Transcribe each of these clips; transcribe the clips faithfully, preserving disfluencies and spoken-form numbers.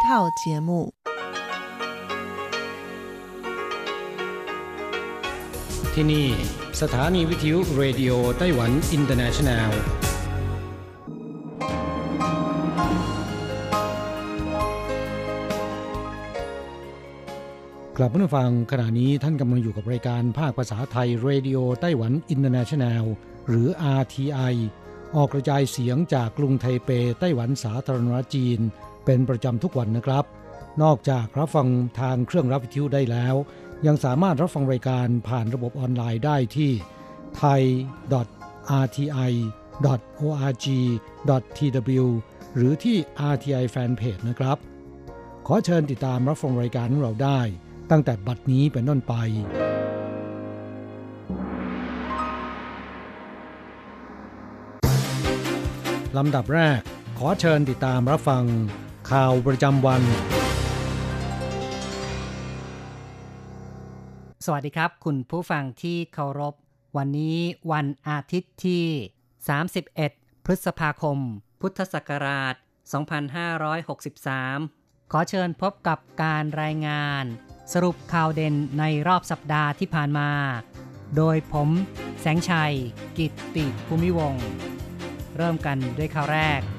节目ที่นี่สถานีวิทยุเรดิโอไต้หวันอินเตอร์เนชั่นแนลกลับมาฟังขณะนี้ท่านกำลังอยู่กับรายการภาคภาษาไทยเรดิโอไต้หวันอินเตอร์เนชั่นแนลหรือ อาร์ ที ไอ ออกกระจายเสียงจากกรุงไทเปไต้หวันสาธารณรัฐจีนเป็นประจำทุกวันนะครับนอกจากรับฟังทางเครื่องรับวิทยุได้แล้วยังสามารถรับฟังรายการผ่านระบบออนไลน์ได้ที่ ไทย ดอท อาร์ ที ไอ ดอท โอ อาร์ จี ดอท ที ดับเบิลยู หรือที่ อาร์ ที ไอ Fanpage นะครับขอเชิญติดตามรับฟังรายการของเราได้ตั้งแต่บัดนี้เป็นต้นไปลำดับแรกขอเชิญติดตามรับฟังข่าวประจำวันสวัสดีครับคุณผู้ฟังที่เคารพวันนี้วันอาทิตย์ที่สามสิบเอ็ดพฤษภาคมพุทธศักราชสองพันห้าร้อยหกสิบสามขอเชิญพบกับการรายงานสรุปข่าวเด่นในรอบสัปดาห์ที่ผ่านมาโดยผมแสงชัยกิตติภูมิวงศ์เริ่มกันด้วยข่าวแรก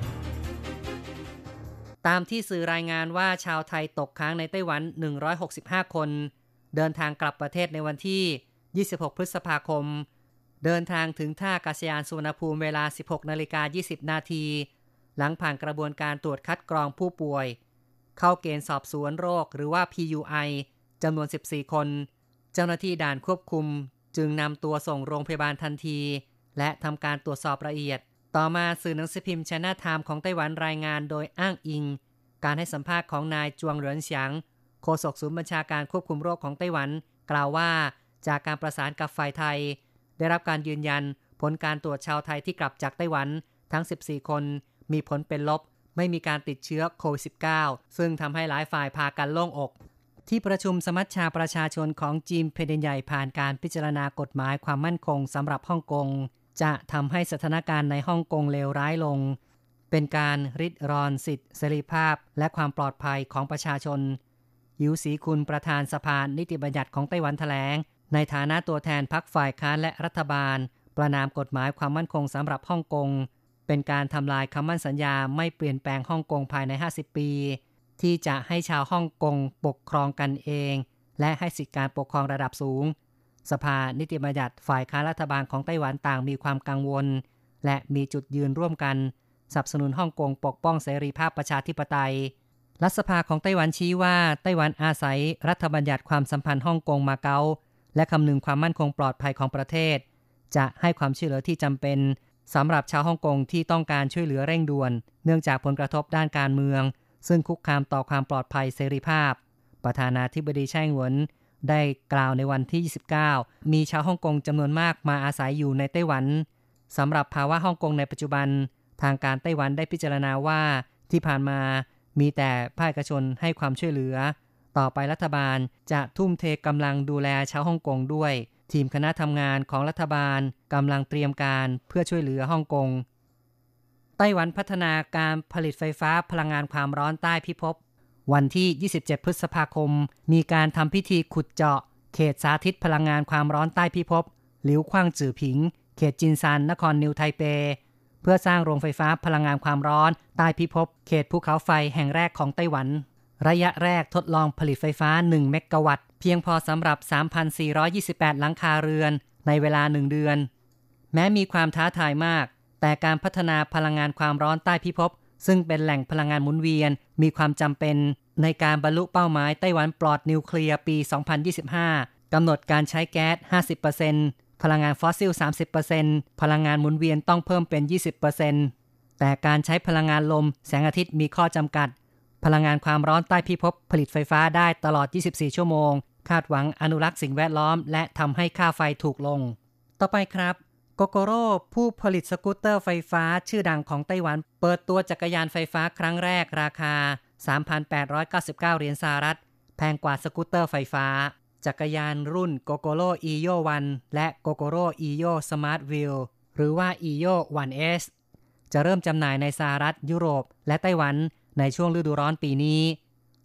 ตามที่สื่อรายงานว่าชาวไทยตกค้างในไต้หวันหนึ่งร้อยหกสิบห้าคนเดินทางกลับประเทศในวันที่ยี่สิบหกพฤษภาคมเดินทางถึงท่าอากาศยานสุวรรณภูมิเวลา สิบหกนาฬิกายี่สิบนาทีหลังผ่านกระบวนการตรวจคัดกรองผู้ป่วยเข้าเกณฑ์สอบสวนโรคหรือว่า พี ยู ไอ จำนวนสิบสี่คนเจ้าหน้าที่ด่านควบคุมจึงนำตัวส่งโรงพยาบาลทันทีและทำการตรวจสอบละเอียดต่อมาสื่อหนังสือพิมพ์ China Time ของไต้หวันรายงานโดยอ้างอิงการให้สัมภาษณ์ของนายจวงเหรินเฉียงโฆษกศูนย์บัญชาการควบคุมโรคของไต้หวันกล่าวว่าจากการประสานกับฝ่ายไทยได้รับการยืนยันผลการตรวจชาวไทยที่กลับจากไต้หวันทั้งสิบสี่คนมีผลเป็นลบไม่มีการติดเชื้อโควิด สิบเก้า ซึ่งทำให้หลายฝ่ายพากันโล่งอกที่ประชุมสมัชชาประชาชนของจีนแผ่นดินใหญ่ผ่านการพิจารณากฎหมายความมั่นคงสำหรับฮ่องกงจะทำให้สถานการณ์ในฮ่องกงเลวร้ายลงเป็นการริดรอนสิทธิเสรีภาพและความปลอดภัยของประชาชนยิวสีคุณประธานสภานิติบัญญัติของไต้หวันแถลงในฐานะตัวแทนพรรคฝ่ายค้านและรัฐบาลประณามกฎหมายความมั่นคงสำหรับฮ่องกงเป็นการทำลายคำมั่นสัญญาไม่เปลี่ยนแปลงฮ่องกงภายในห้าสิบปีที่จะให้ชาวฮ่องกงปกครองกันเองและให้สิทธิการปกครองระดับสูงสภานิติบัญญัติฝ่ายค้านรัฐบาลของไต้หวันต่างมีความกังวลและมีจุดยืนร่วมกันสนับสนุนฮ่องกงปกป้องเสรีภาพประชาธิปไตยรัฐสภาของไต้หวันชี้ว่าไต้หวันอาศัยรัฐบัญญัติความสัมพันธ์ฮ่องกงมาเก๊าและคำนึงความมั่นคงปลอดภัยของประเทศจะให้ความช่วยเหลือที่จำเป็นสำหรับชาวฮ่องกงที่ต้องการช่วยเหลือเร่งด่วนเนื่องจากผลกระทบด้านการเมืองซึ่งคุกคามต่อความปลอดภัยเสรีภาพประธานาธิบดีไช่อิงเหวินได้กล่าวในวันที่ยี่สิบเก้ามีชาวฮ่องกงจำนวนมากมาอาศัยอยู่ในไต้หวันสำหรับภาวะฮ่องกงในปัจจุบันทางการไต้หวันได้พิจารณาว่าที่ผ่านมามีแต่ภาคเอกชนให้ความช่วยเหลือต่อไปรัฐบาลจะทุ่มเทกำลังดูแลชาวฮ่องกงด้วยทีมคณะทำงานของรัฐบาลกำลังเตรียมการเพื่อช่วยเหลือฮ่องกงไต้หวันพัฒนาการผลิตไฟฟ้าพลังงานความร้อนใต้พิภพวันที่ยี่สิบเจ็ดพฤษภาคมมีการทำพิธีขุดเจาะเขตสาธิตพลังงานความร้อนใต้พิภพหลิวขว้างจื่อผิงเขตจินซานนครนิวไทเปเพื่อสร้างโรงไฟฟ้าพลังงานความร้อนใต้พิภพเขตภูเขาไฟแห่งแรกของไต้หวันระยะแรกทดลองผลิตไฟฟ้าหนึ่งเมกะวัตต์เพียงพอสำหรับ สามพันสี่ร้อยยี่สิบแปด หลังคาเรือนในเวลาหนึ่งเดือนแม้มีความท้าทายมากแต่การพัฒนาพลังงานความร้อนใต้พิภพซึ่งเป็นแหล่งพลังงานหมุนเวียนมีความจำเป็นในการบรรลุเป้าหมายไต้หวันปลอดนิวเคลียร์ปีสองพันยี่สิบห้ากำหนดการใช้แก๊ส ห้าสิบเปอร์เซ็นต์ พลังงานฟอสซิล สามสิบเปอร์เซ็นต์ พลังงานหมุนเวียนต้องเพิ่มเป็น ยี่สิบเปอร์เซ็นต์ แต่การใช้พลังงานลมแสงอาทิตย์มีข้อจำกัดพลังงานความร้อนใต้พิภพผลิตไฟฟ้าได้ตลอดยี่สิบสี่ชั่วโมงคาดหวังอนุรักษ์สิ่งแวดล้อมและทำให้ค่าไฟถูกลงต่อไปครับโกโกโร่ผู้ผลิตสกูตเตอร์ไฟฟ้าชื่อดังของไต้หวันเปิดตัวจักรยานไฟฟ้าครั้งแรกราคา สามพันแปดร้อยเก้าสิบเก้า เหรียญสหรัฐแพงกว่าสกูตเตอร์ไฟฟ้าจักรยานรุ่น Gogoro Iyo วัน และ Gogoro Iyo Smart Wheel หรือว่า Iyo วัน เอส จะเริ่มจำหน่ายในสหรัฐยุโรปและไต้หวันในช่วงฤดูร้อนปีนี้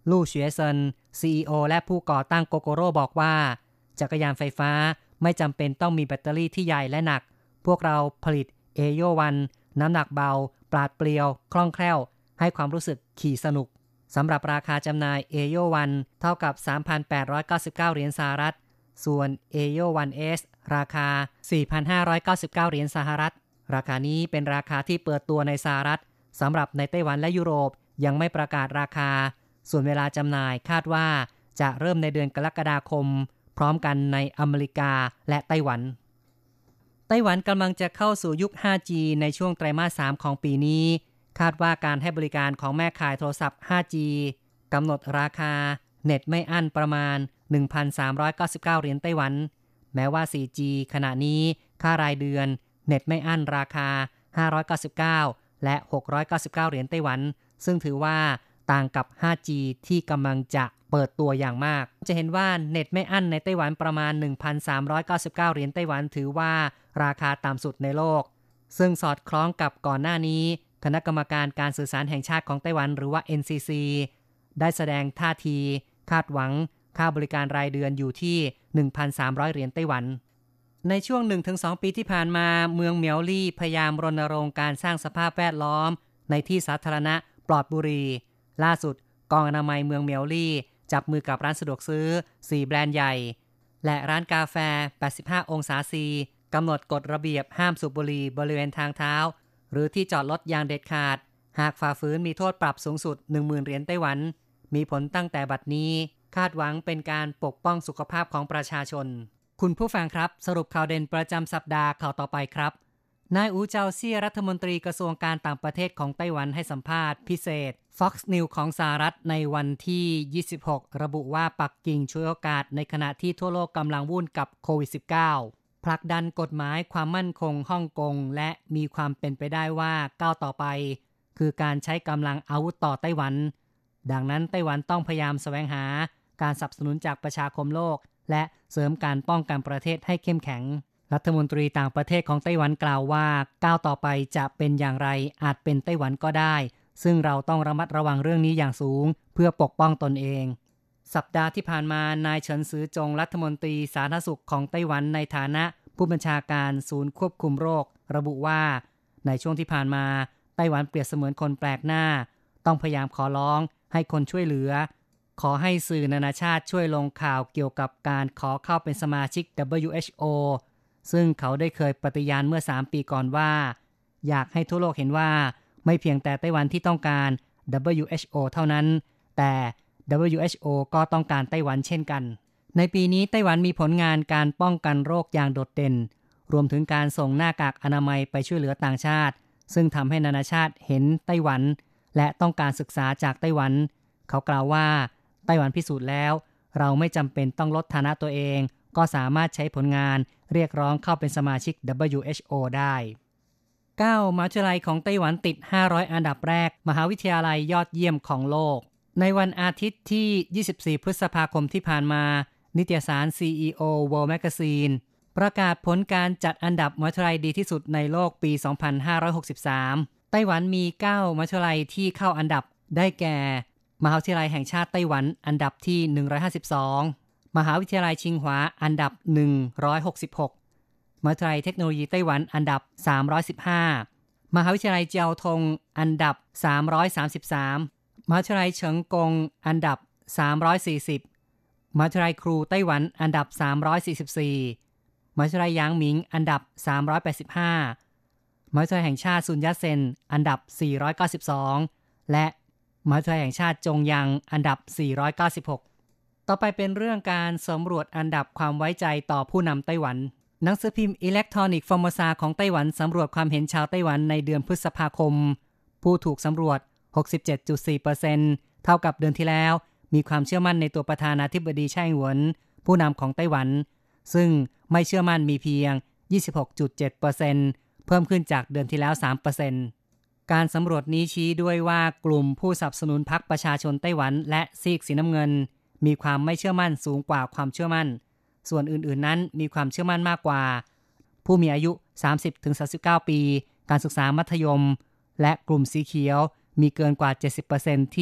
ลู่เฉวยเซิน ซี อี โอ และผู้ก่อตั้งโกโกโร่บอกว่าจักรยานไฟฟ้าไม่จำเป็นต้องมีแบตเตอรี่ที่ใหญ่และหนักพวกเราผลิตเอโยวันน้ำหนักเบาปราดเปรียวคล่องแคล่วให้ความรู้สึกขี่สนุกสำหรับราคาจำหน่ายเอโยวันเท่ากับ สามพันแปดร้อยเก้าสิบเก้า เหรียญสหรัฐส่วนเอโยวัน เอส ราคา สี่พันห้าร้อยเก้าสิบเก้า เหรียญสหรัฐราคานี้เป็นราคาที่เปิดตัวในสหรัฐสำหรับในไต้หวันและยุโรปยังไม่ประกาศราคาส่วนเวลาจำหน่ายคาดว่าจะเริ่มในเดือนกรกฎาคมพร้อมกันในอเมริกาและไต้หวันไต้หวันกำลังจะเข้าสู่ยุค ไฟว์จี ในช่วงไตรมาสสามของปีนี้คาดว่าการให้บริการของแม่ขายโทรศัพท์ ไฟว์จี กำหนดราคาเน็ตไม่อั้นประมาณ หนึ่งพันสามร้อยเก้าสิบเก้า เหรียญไต้หวันแม้ว่า โฟร์จี ขณะนี้ค่ารายเดือนเน็ตไม่อั้นราคาห้าร้อยเก้าสิบเก้าและหกร้อยเก้าสิบเก้าเหรียญไต้หวันซึ่งถือว่าต่างกับ ไฟว์จี ที่กำลังจะเปิดตัวอย่างมากจะเห็นว่าเน็ตไม่อั้นในไต้หวันประมาณ หนึ่งพันสามร้อยเก้าสิบเก้า เหรียญไต้หวันถือว่าราคาต่ำสุดในโลกซึ่งสอดคล้องกับก่อนหน้านี้คณะกรรมการการสื่อสารแห่งชาติของไต้หวันหรือว่า เอ็น ซี ซี ได้แสดงท่าทีคาดหวังค่าบริการรายเดือนอยู่ที่ หนึ่งพันสามร้อย เหรียญไต้หวันในช่วง หนึ่งถึงสอง ปีที่ผ่านมาเมืองเหมียวลี่พยายามรณรงค์การสร้างสภาพแวดล้อมในที่สาธารณะปลอดบุหรี่ล่าสุดกองอนามัยเมืองเหมียวลี่จับมือกับร้านสะดวกซื้อสี่แบรนด์ใหญ่และร้านกาแฟแปดสิบห้าองศาซีกำหนดกฎระเบียบห้ามสูบบุหรี่บริเวณทางเท้าหรือที่จอดรถอย่างเด็ดขาดหากฝ่าฝืนมีโทษปรับสูงสุด หนึ่งหมื่น เหรียญไต้หวันมีผลตั้งแต่บัดนี้คาดหวังเป็นการปกป้องสุขภาพของประชาชนคุณผู้ฟังครับสรุปข่าวเด่นประจำสัปดาห์ข่าวต่อไปครับนายอูเจาเซี่ยรัฐมนตรีกระทรวงการต่างประเทศของไต้หวันให้สัมภาษณ์พิเศษ Fox News ของสหรัฐในวันที่ ยี่สิบหก ระบุว่าปักกิ่งช่วยโอกาสในขณะที่ทั่วโลกกำลังวุ่นกับโควิด สิบเก้า ผลักดันกฎหมายความมั่นคงฮ่องกงและมีความเป็นไปได้ว่าก้าวต่อไปคือการใช้กำลังอาวุธต่อไต้หวันดังนั้นไต้หวันต้องพยายามแสวงหาการสนับสนุนจากประชาคมโลกและเสริมการป้องกันประเทศให้เข้มแข็งรัฐมนตรีต่างประเทศของไต้หวันกล่าวว่าก้าวต่อไปจะเป็นอย่างไรอาจเป็นไต้หวันก็ได้ซึ่งเราต้องระมัดระวังเรื่องนี้อย่างสูงเพื่อปกป้องตนเองสัปดาห์ที่ผ่านมานายเฉินซือจงรัฐมนตรีสาธารณสุขของไต้หวันในฐานะผู้บัญชาการศูนย์ควบคุมโรคระบุว่าในช่วงที่ผ่านมาไต้หวันเปรียบเสมือนคนแปลกหน้าต้องพยายามขอร้องให้คนช่วยเหลือขอให้สื่อนานาชาติช่วยลงข่าวเกี่ยวกับการขอเข้าเป็นสมาชิก ดับเบิลยู เอช โอ ซึ่งเขาได้เคยปฏิญาณเมื่อสามปีก่อนว่าอยากให้ทั่วโลกเห็นว่าไม่เพียงแต่ไต้หวันที่ต้องการ ดับเบิลยู เอช โอ เท่านั้นแต่ ดับเบิลยู เอช โอ ก็ต้องการไต้หวันเช่นกันในปีนี้ไต้หวันมีผลงานการป้องกันโรคอย่างโดดเด่นรวมถึงการส่งหน้ากากอนามัยไปช่วยเหลือต่างชาติซึ่งทำให้นานาชาติเห็นไต้หวันและต้องการศึกษาจากไต้หวันเขากล่าวว่าไต้หวันพิสูจน์แล้วเราไม่จำเป็นต้องลดฐานะตัวเองก็สามารถใช้ผลงานเรียกร้องเข้าเป็นสมาชิก ดับเบิลยู เอช โอ ได้เก้ามหาวิทยาลัยของไต้หวันติดห้าร้อยอันดับแรกมหาวิทยาลัยยอดเยี่ยมของโลกในวันอาทิตย์ที่ยี่สิบสี่พฤษภาคมที่ผ่านมานิตยสาร ซี อี โอ World Magazine ประกาศผลการจัดอันดับมหาวิทยาลัยดีที่สุดในโลกปีสองพันห้าร้อยหกสิบสามไต้หวันมีเก้ามหาวิทยาลัยที่เข้าอันดับได้แก่มหาวิทยาลัยแห่งชาติไต้หวันอันดับที่หนึ่งร้อยห้าสิบสองมหาวิทยาลัยชิงหวาอันดับหนึ่งร้อยหกสิบหกมหาวิทยาลัยเทคโนโลยีไต้หวันอันดับสามร้อยสิบห้ามหาวิทยาลัยเจียวทงอันดับสามร้อยสามสิบสามมหาวิทยาลัยเฉิงกงอันดับสามร้อยสี่สิบมหาวิทยาลัยครูไต้หวันอันดับสามร้อยสี่สิบสี่มหาวิทยาลัยหยางหมิงอันดับสามร้อยแปดสิบห้ามหาวิทยาลัยแห่งชาติซุนยัตเซนอันดับสี่ร้อยเก้าสิบสองและมหาวิทยาลัยแห่งชาติจงยังอันดับสี่ร้อยเก้าสิบหกต่อไปเป็นเรื่องการสำรวจอันดับความไว้ใจต่อผู้นำไต้หวันหนังสือพิมพ์อิเล็กทรอนิกส์ฟอร์โมซาของไต้หวันสำรวจความเห็นชาวไต้หวันในเดือนพฤษภาคมผู้ถูกสำรวจ หกสิบเจ็ดจุดสี่เปอร์เซ็นต์ เท่ากับเดือนที่แล้วมีความเชื่อมั่นในตัวประธานาธิบดีไช่อิงเหวินผู้นำของไต้หวันซึ่งไม่เชื่อมั่นมีเพียง ยี่สิบหกจุดเจ็ดเปอร์เซ็นต์ เพิ่มขึ้นจากเดือนที่แล้ว สามเปอร์เซ็นต์ การสำรวจนี้ชี้ด้วยว่ากลุ่มผู้สนับสนุนพรรคประชาชนไต้หวันและซีกสีน้ำเงินมีความไม่เชื่อมั่นสูงกว่าความเชื่อมั่นส่วนอื่นๆนั้นมีความเชื่อมั่นมากกว่าผู้มีอายุ สามสิบถึงสามสิบเก้า ปีการศึกษามัธยมและกลุ่มสีเขียวมีเกินกว่า เจ็ดสิบเปอร์เซ็นต์ ที่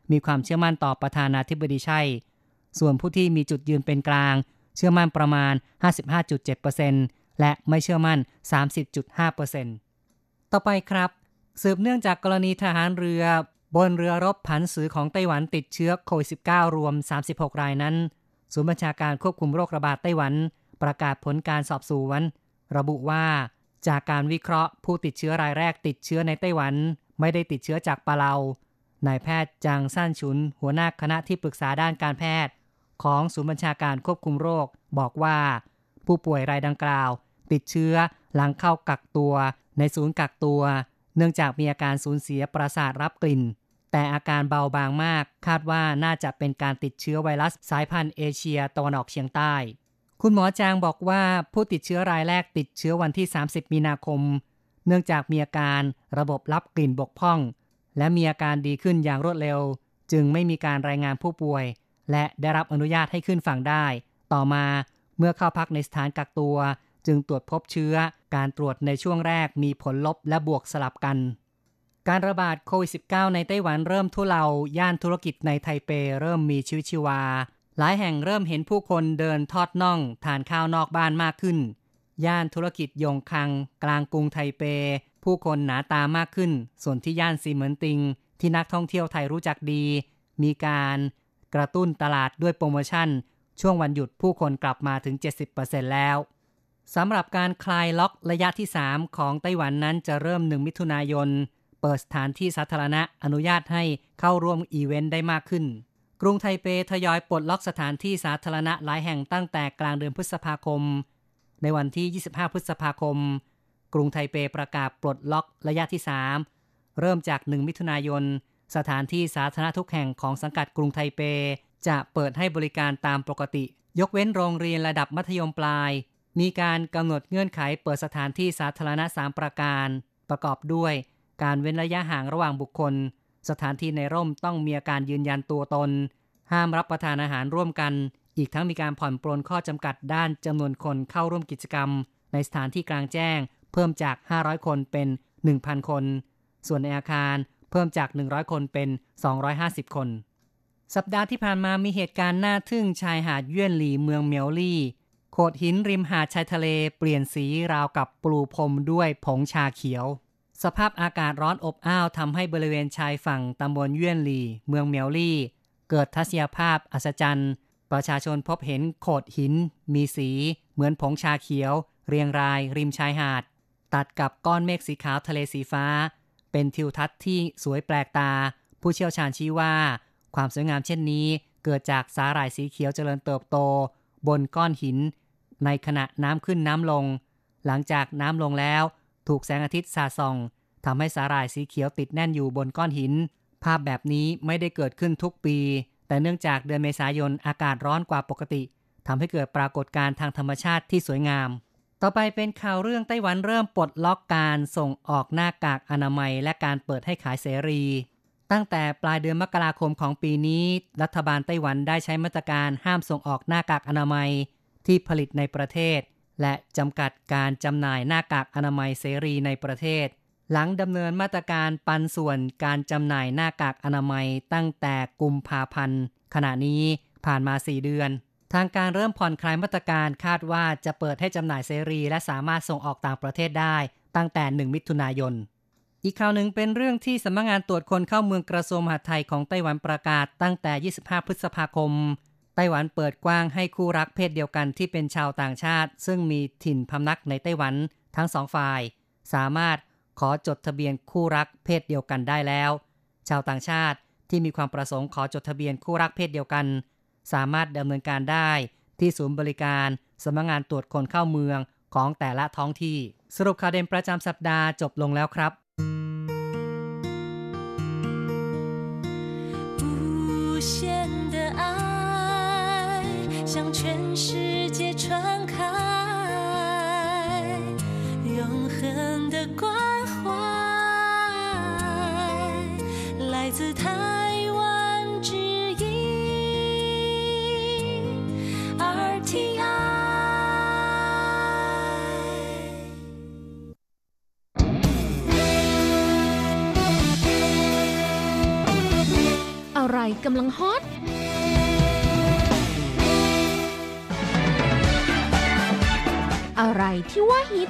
มีความเชื่อมั่นต่อประธานาธิบดีไช่ส่วนผู้ที่มีจุดยืนเป็นกลางเชื่อมั่นประมาณ ห้าสิบห้าจุดเจ็ดเปอร์เซ็นต์ และไม่เชื่อมั่น สามสิบจุดห้าเปอร์เซ็นต์ ต่อไปครับสืบเนื่องจากกรณีทหารเรือบนเรือรบผันสือของไต้หวันติดเชื้อโควิด สิบเก้า รวมสามสิบหกรายนั้นศูนย์บัญชาการควบคุมโรคระบาดไต้หวันประกาศผลการสอบสวนระบุว่าจากการวิเคราะห์ผู้ติดเชื้อรายแรกติดเชื้อในไต้หวันไม่ได้ติดเชื้อจากปาเลานายแพทย์จางซ่านฉุนหัวหน้าคณะที่ปรึกษาด้านการแพทย์ของศูนย์บัญชาการควบคุมโรคบอกว่าผู้ป่วยรายดังกล่าวติดเชื้อหลังเข้ากักตัวในศูนย์กักตัวเนื่องจากมีอาการสูญเสียประสาทรับกลิ่นแต่อาการเบาบางมากคาดว่าน่าจะเป็นการติดเชื้อไวรัสสายพันธุ์เอเชียตะวันออกเฉียงใต้คุณหมอจางบอกว่าผู้ติดเชื้อรายแรกติดเชื้อวันที่สามสิบมีนาคมเนื่องจากมีอาการระบบรับกลิ่นบกพร่องและมีอาการดีขึ้นอย่างรวดเร็วจึงไม่มีการรายงานผู้ป่วยและได้รับอนุญาตให้ขึ้นฝั่งได้ต่อมาเมื่อเข้าพักในสถานกักตัวจึงตรวจพบเชื้อการตรวจในช่วงแรกมีผลลบและบวกสลับกันการระบาดโควิด สิบเก้า ในไต้หวันเริ่มทุเลาย่านธุรกิจในไทเปเริ่มมีชีวิตชีวาหลายแห่งเริ่มเห็นผู้คนเดินทอดน่องทานข้าวนอกบ้านมากขึ้นย่านธุรกิจยงคังกลางกรุงไทเปผู้คนหนาตามากขึ้นส่วนที่ย่านซีเหมินติงที่นักท่องเที่ยวไทยรู้จักดีมีการกระตุ้นตลาดด้วยโปรโมชั่นช่วงวันหยุดผู้คนกลับมาถึง เจ็ดสิบเปอร์เซ็นต์ แล้วสำหรับการคลายล็อกระยะที่สามของไต้หวันนั้นจะเริ่มหนึ่งมิถุนายนเปิดสถานที่สาธารณะอนุญาตให้เข้าร่วมอีเวนต์ได้มากขึ้นกรุงไทเปทยอยปลดล็อกสถานที่สาธารณะหลายแห่งตั้งแต่กลางเดือนพฤษภาคมในวันที่ยี่สิบห้าพฤษภาคมกรุงไทเปประกาศปลดล็อกระยะที่สามเริ่มจากหนึ่งมิถุนายนสถานที่สาธารณะทุกแห่งของสังกัดกรุงไทเปจะเปิดให้บริการตามปกติยกเว้นโรงเรียนระดับมัธยมปลายมีการกำหนดเงื่อนไขเปิดสถานที่สาธารณะสามประการประกอบด้วยการเว้นระยะห่างระหว่างบุคคลสถานที่ในร่มต้องมีอาการยืนยันตัวตนห้ามรับประทานอาหารร่วมกันอีกทั้งมีการผ่อนปรนข้อจำกัดด้านจำนวนคนเข้าร่วมกิจกรรมในสถานที่กลางแจ้งเพิ่มจากห้าร้อยคนเป็น หนึ่งพัน คนส่วนในอาคารเพิ่มจากหนึ่งร้อยคนเป็นสองร้อยห้าสิบคนสัปดาห์ที่ผ่านมามีเหตุการณ์น่าทึ่งชายหาดเยี่ยนหลี่เมืองเมียวลี่โขดหินริมหาดชายทะเลเปลี่ยนสีราวกับปลูพรมด้วยผงชาเขียวสภาพอากาศร้อนอบอ้าวทำให้บริเวณชายฝั่งตำบลเยี่ยนหลี่เมืองเมียวลี่เกิดทัศนียภาพอัศจรรย์ประชาชนพบเห็นโขดหินมีสีเหมือนผงชาเขียวเรียงรายริมชายหาดตัดกับก้อนเมฆสีขาวทะเลสีฟ้าเป็นทิวทัศน์ที่สวยแปลกตาผู้เชี่ยวชาญชี้ว่าความสวยงามเช่นนี้เกิดจากสาหร่ายสีเขียวเจริญเติบโตบนก้อนหินในขณะน้ำขึ้นน้ำลงหลังจากน้ำลงแล้วถูกแสงอาทิตย์สาดส่องทำให้สาหร่ายสีเขียวติดแน่นอยู่บนก้อนหินภาพแบบนี้ไม่ได้เกิดขึ้นทุกปีแต่เนื่องจากเดือนเมษายนอากาศร้อนกว่าปกติทำให้เกิดปรากฏการณ์ทางธรรมชาติที่สวยงามต่อไปเป็นข่าวเรื่องไต้หวันเริ่มปลดล็อกการส่งออกหน้ากากอนามัยและการเปิดให้ขายเสรีตั้งแต่ปลายเดือนมกราคมของปีนี้รัฐบาลไต้หวันได้ใช้มาตรการห้ามส่งออกหน้ากากอนามัยที่ผลิตในประเทศและจำกัดการจำหน่ายหน้ากากอนามัยเสรีในประเทศหลังดำเนินมาตรการปันส่วนการจำหน่ายหน้ากากอนามัยตั้งแต่กุมภาพันธ์ขณะนี้ผ่านมาสี่เดือนทางการเริ่มผ่อนคลายมาตรการคาดว่าจะเปิดให้จำหน่ายเสรีและสามารถส่งออกต่างประเทศได้ตั้งแต่หนึ่งมิถุนายนอีกข่าวหนึ่งเป็นเรื่องที่สำนักงานตรวจคนเข้าเมืองกระทรวงมหาดไทยของไต้หวันประกาศตั้งแต่ยี่สิบห้าพฤษภาคมไต้หวันเปิดกว้างให้คู่รักเพศเดียวกันที่เป็นชาวต่างชาติซึ่งมีถิ่นพำนักในไต้หวันทั้งสองฝ่ายสามารถขอจดทะเบียนคู่รักเพศเดียวกันได้แล้วชาวต่างชาติที่มีความประสงค์ขอจดทะเบียนคู่รักเพศเดียวกันสามารถดำเนินการได้ที่ศูนย์บริการสำนักงานตรวจคนเข้าเมืองของแต่ละท้องที่สรุปข่าวเด่นประจำสัปดาห์จบลงแล้วครับ无限的爱向全世界传开永恒的关怀来自台湾之音 อาร์ ที ไออะไรำลังฮอตอะไรที่ว่าฮิต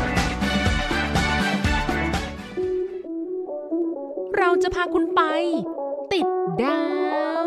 เราจะพาคุณไปติดดาว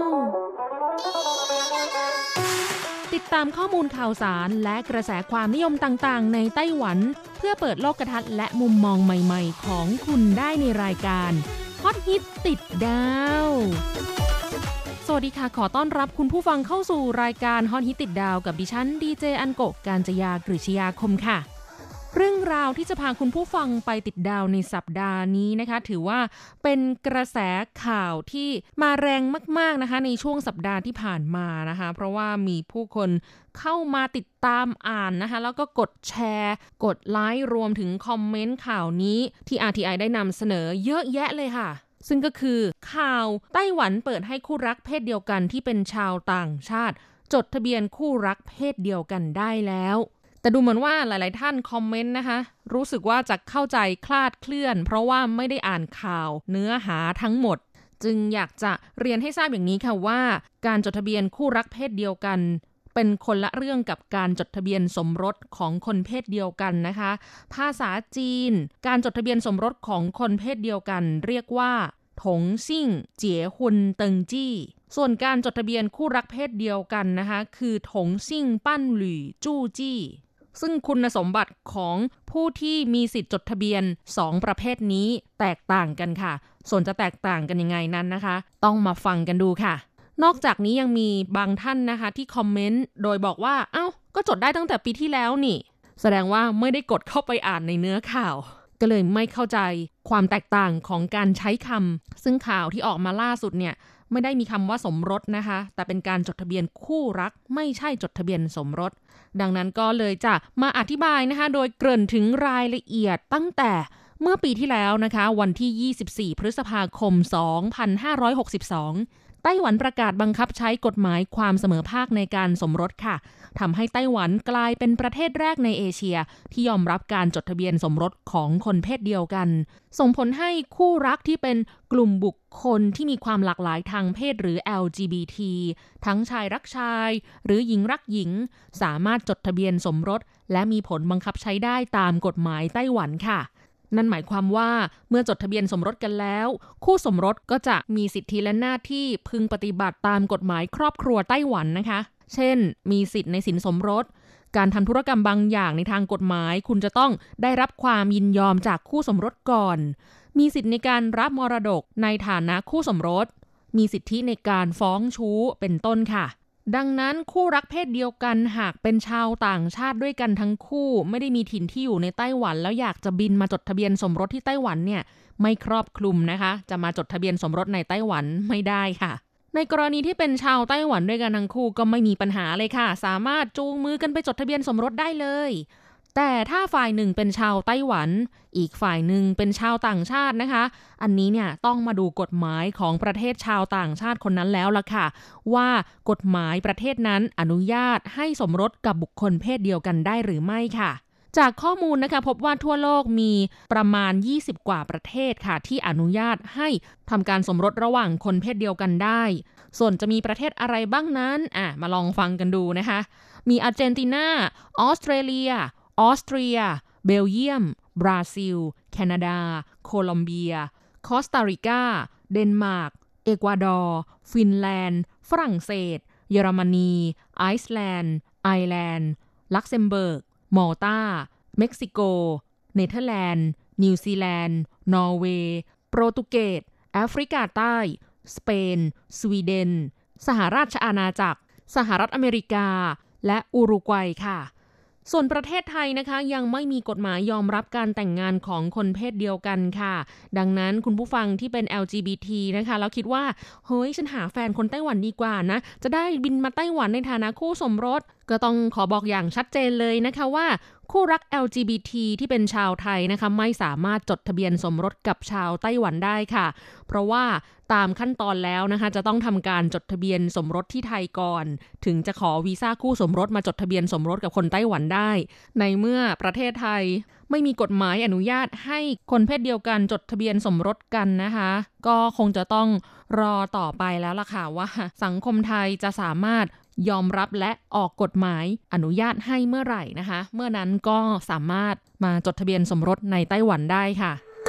ติดตามข้อมูลข่าวสารและกระแสความนิยมต่างๆในไต้หวันเพื่อเปิดโลกทัศน์และมุมมองใหม่ๆของคุณได้ในรายการฮอตฮิตติดดาวสวัสดีค่ะขอต้อนรับคุณผู้ฟังเข้าสู่รายการฮอตฮิตติดดาวกับดิฉันดีเจอันโกะกาญจยากฤษยาคมค่ะเรื่องราวที่จะพาคุณผู้ฟังไปติดดาวในสัปดาห์นี้นะคะถือว่าเป็นกระแสข่าวที่มาแรงมากๆนะคะในช่วงสัปดาห์ที่ผ่านมานะคะเพราะว่ามีผู้คนเข้ามาติดตามอ่านนะคะแล้วก็กดแชร์กดไลค์รวมถึงคอมเมนต์ข่าวนี้ที่ อาร์ ที ไอ ได้นำเสนอเยอะแยะเลยค่ะซึ่งก็คือข่าวไต้หวันเปิดให้คู่รักเพศเดียวกันที่เป็นชาวต่างชาติจดทะเบียนคู่รักเพศเดียวกันได้แล้วแต่ดูเหมือนว่าหลายๆท่านคอมเมนต์นะคะรู้สึกว่าจะเข้าใจคลาดเคลื่อนเพราะว่าไม่ได้อ่านข่าวเนื้อหาทั้งหมดจึงอยากจะเรียนให้ทราบอย่างนี้ค่ะว่าการจดทะเบียนคู่รักเพศเดียวกันเป็นคนละเรื่องกับการจดทะเบียนสมรสของคนเพศเดียวกันนะคะภาษาจีนการจดทะเบียนสมรสของคนเพศเดียวกันเรียกว่าถงซิ่งเจี๋ยฮุนเติงจี้ส่วนการจดทะเบียนคู่รักเพศเดียวกันนะคะคือถงซิ่งปั้นหลี่จู้จี้ซึ่งคุณสมบัติของผู้ที่มีสิทธิ์จดทะเบียนสองประเภทนี้แตกต่างกันค่ะส่วนจะแตกต่างกันยังไงนั้นนะคะต้องมาฟังกันดูค่ะนอกจากนี้ยังมีบางท่านนะคะที่คอมเมนต์โดยบอกว่าเอ้าก็จดได้ตั้งแต่ปีที่แล้วนี่แสดงว่าไม่ได้กดเข้าไปอ่านในเนื้อข่าวก็เลยไม่เข้าใจความแตกต่างของการใช้คำซึ่งข่าวที่ออกมาล่าสุดเนี่ยไม่ได้มีคำว่าสมรสนะคะแต่เป็นการจดทะเบียนคู่รักไม่ใช่จดทะเบียนสมรสดังนั้นก็เลยจะมาอธิบายนะคะโดยเกริ่นถึงรายละเอียดตั้งแต่เมื่อปีที่แล้วนะคะวันที่ยี่สิบสี่พฤษภาคมสองพันห้าร้อยหกสิบสองไต้หวันประกาศบังคับใช้กฎหมายความเสมอภาคในการสมรสค่ะทำให้ไต้หวันกลายเป็นประเทศแรกในเอเชียที่ยอมรับการจดทะเบียนสมรสของคนเพศเดียวกันส่งผลให้คู่รักที่เป็นกลุ่มบุคคลที่มีความหลากหลายทางเพศหรือ แอล จี บี ที ทั้งชายรักชายหรือหญิงรักหญิงสามารถจดทะเบียนสมรสและมีผลบังคับใช้ได้ตามกฎหมายไต้หวันค่ะนั่นหมายความว่าเมื่อจดทะเบียนสมรสกันแล้วคู่สมรสก็จะมีสิทธิและหน้าที่พึงปฏิบัติตามกฎหมายครอบครัวไต้หวันนะคะเช่นมีสิทธิในสินสมรสการทำธุรกรรมบางอย่างในทางกฎหมายคุณจะต้องได้รับความยินยอมจากคู่สมรสก่อนมีสิทธิในการรับมรดกในฐานะคู่สมรสมีสิทธิในการฟ้องชู้เป็นต้นค่ะดังนั้นคู่รักเพศเดียวกันหากเป็นชาวต่างชาติด้วยกันทั้งคู่ไม่ได้มีถิ่นที่อยู่ในไต้หวันแล้วอยากจะบินมาจดทะเบียนสมรสที่ไต้หวันเนี่ยไม่ครอบคลุมนะคะจะมาจดทะเบียนสมรสในไต้หวันไม่ได้ค่ะในกรณีที่เป็นชาวไต้หวันด้วยกันทั้งคู่ก็ไม่มีปัญหาเลยค่ะสามารถจูงมือกันไปจดทะเบียนสมรสได้เลยแต่ถ้าฝ่ายหนึ่งเป็นชาวไต้หวันอีกฝ่ายหนึ่งเป็นชาวต่างชาตินะคะอันนี้เนี่ยต้องมาดูกฎหมายของประเทศชาวต่างชาติคนนั้นแล้วล่ะค่ะว่ากฎหมายประเทศนั้นอนุญาตให้สมรสกับบุคคลเพศเดียวกันได้หรือไม่ค่ะจากข้อมูลนะคะพบว่าทั่วโลกมีประมาณยี่สิบกว่าประเทศค่ะที่อนุญาตให้ทำการสมรสระหว่างคนเพศเดียวกันได้ส่วนจะมีประเทศอะไรบ้างนั้นอ่ะมาลองฟังกันดูนะคะมีอาร์เจนตินาออสเตรเลียออสเตรียเบลเยียมบราซิลแคนาดาโคลอมเบียคอสตาริกาเดนมาร์กเอกวาดอร์ฟินแลนด์ฝรั่งเศสเยอรมนีไอซ์แลนด์ไอร์แลนด์ลักเซมเบิร์กมอลตาเม็กซิโกเนเธอร์แลนด์นิวซีแลนด์นอร์เวย์โปรตุเกสแอฟริกาใต้สเปนสวีเดนสหราชอาณาจักรสหรัฐอเมริกาและอุรุกวัยค่ะส่วนประเทศไทยนะคะยังไม่มีกฎหมายยอมรับการแต่งงานของคนเพศเดียวกันค่ะดังนั้นคุณผู้ฟังที่เป็น แอล จี บี ที นะคะแล้วคิดว่าเฮ้ยฉันหาแฟนคนไต้หวันดีกว่านะจะได้บินมาไต้หวันในฐานะคู่สมรสก็ต้องขอบอกอย่างชัดเจนเลยนะคะว่าคู่รัก แอล จี บี ที ที่เป็นชาวไทยนะคะไม่สามารถจดทะเบียนสมรสกับชาวไต้หวันได้ค่ะเพราะว่าตามขั้นตอนแล้วนะคะจะต้องทำการจดทะเบียนสมรสที่ไทยก่อนถึงจะขอวีซ่าคู่สมรสมาจดทะเบียนสมรสกับคนไต้หวันได้ในเมื่อประเทศไทยไม่มีกฎหมายอนุญาตให้คนเพศเดียวกันจดทะเบียนสมรสกันนะคะก็คงจะต้องรอต่อไปแล้วล่ะค่ะว่าสังคมไทยจะสามารถยอมรับและออกกฎหมายอนุญาตให้เมื่อไหร่นะคะเมื่อนั้นก็สามารถมาจดทะเบียนสมรสในไต้หวันได้ค่ะ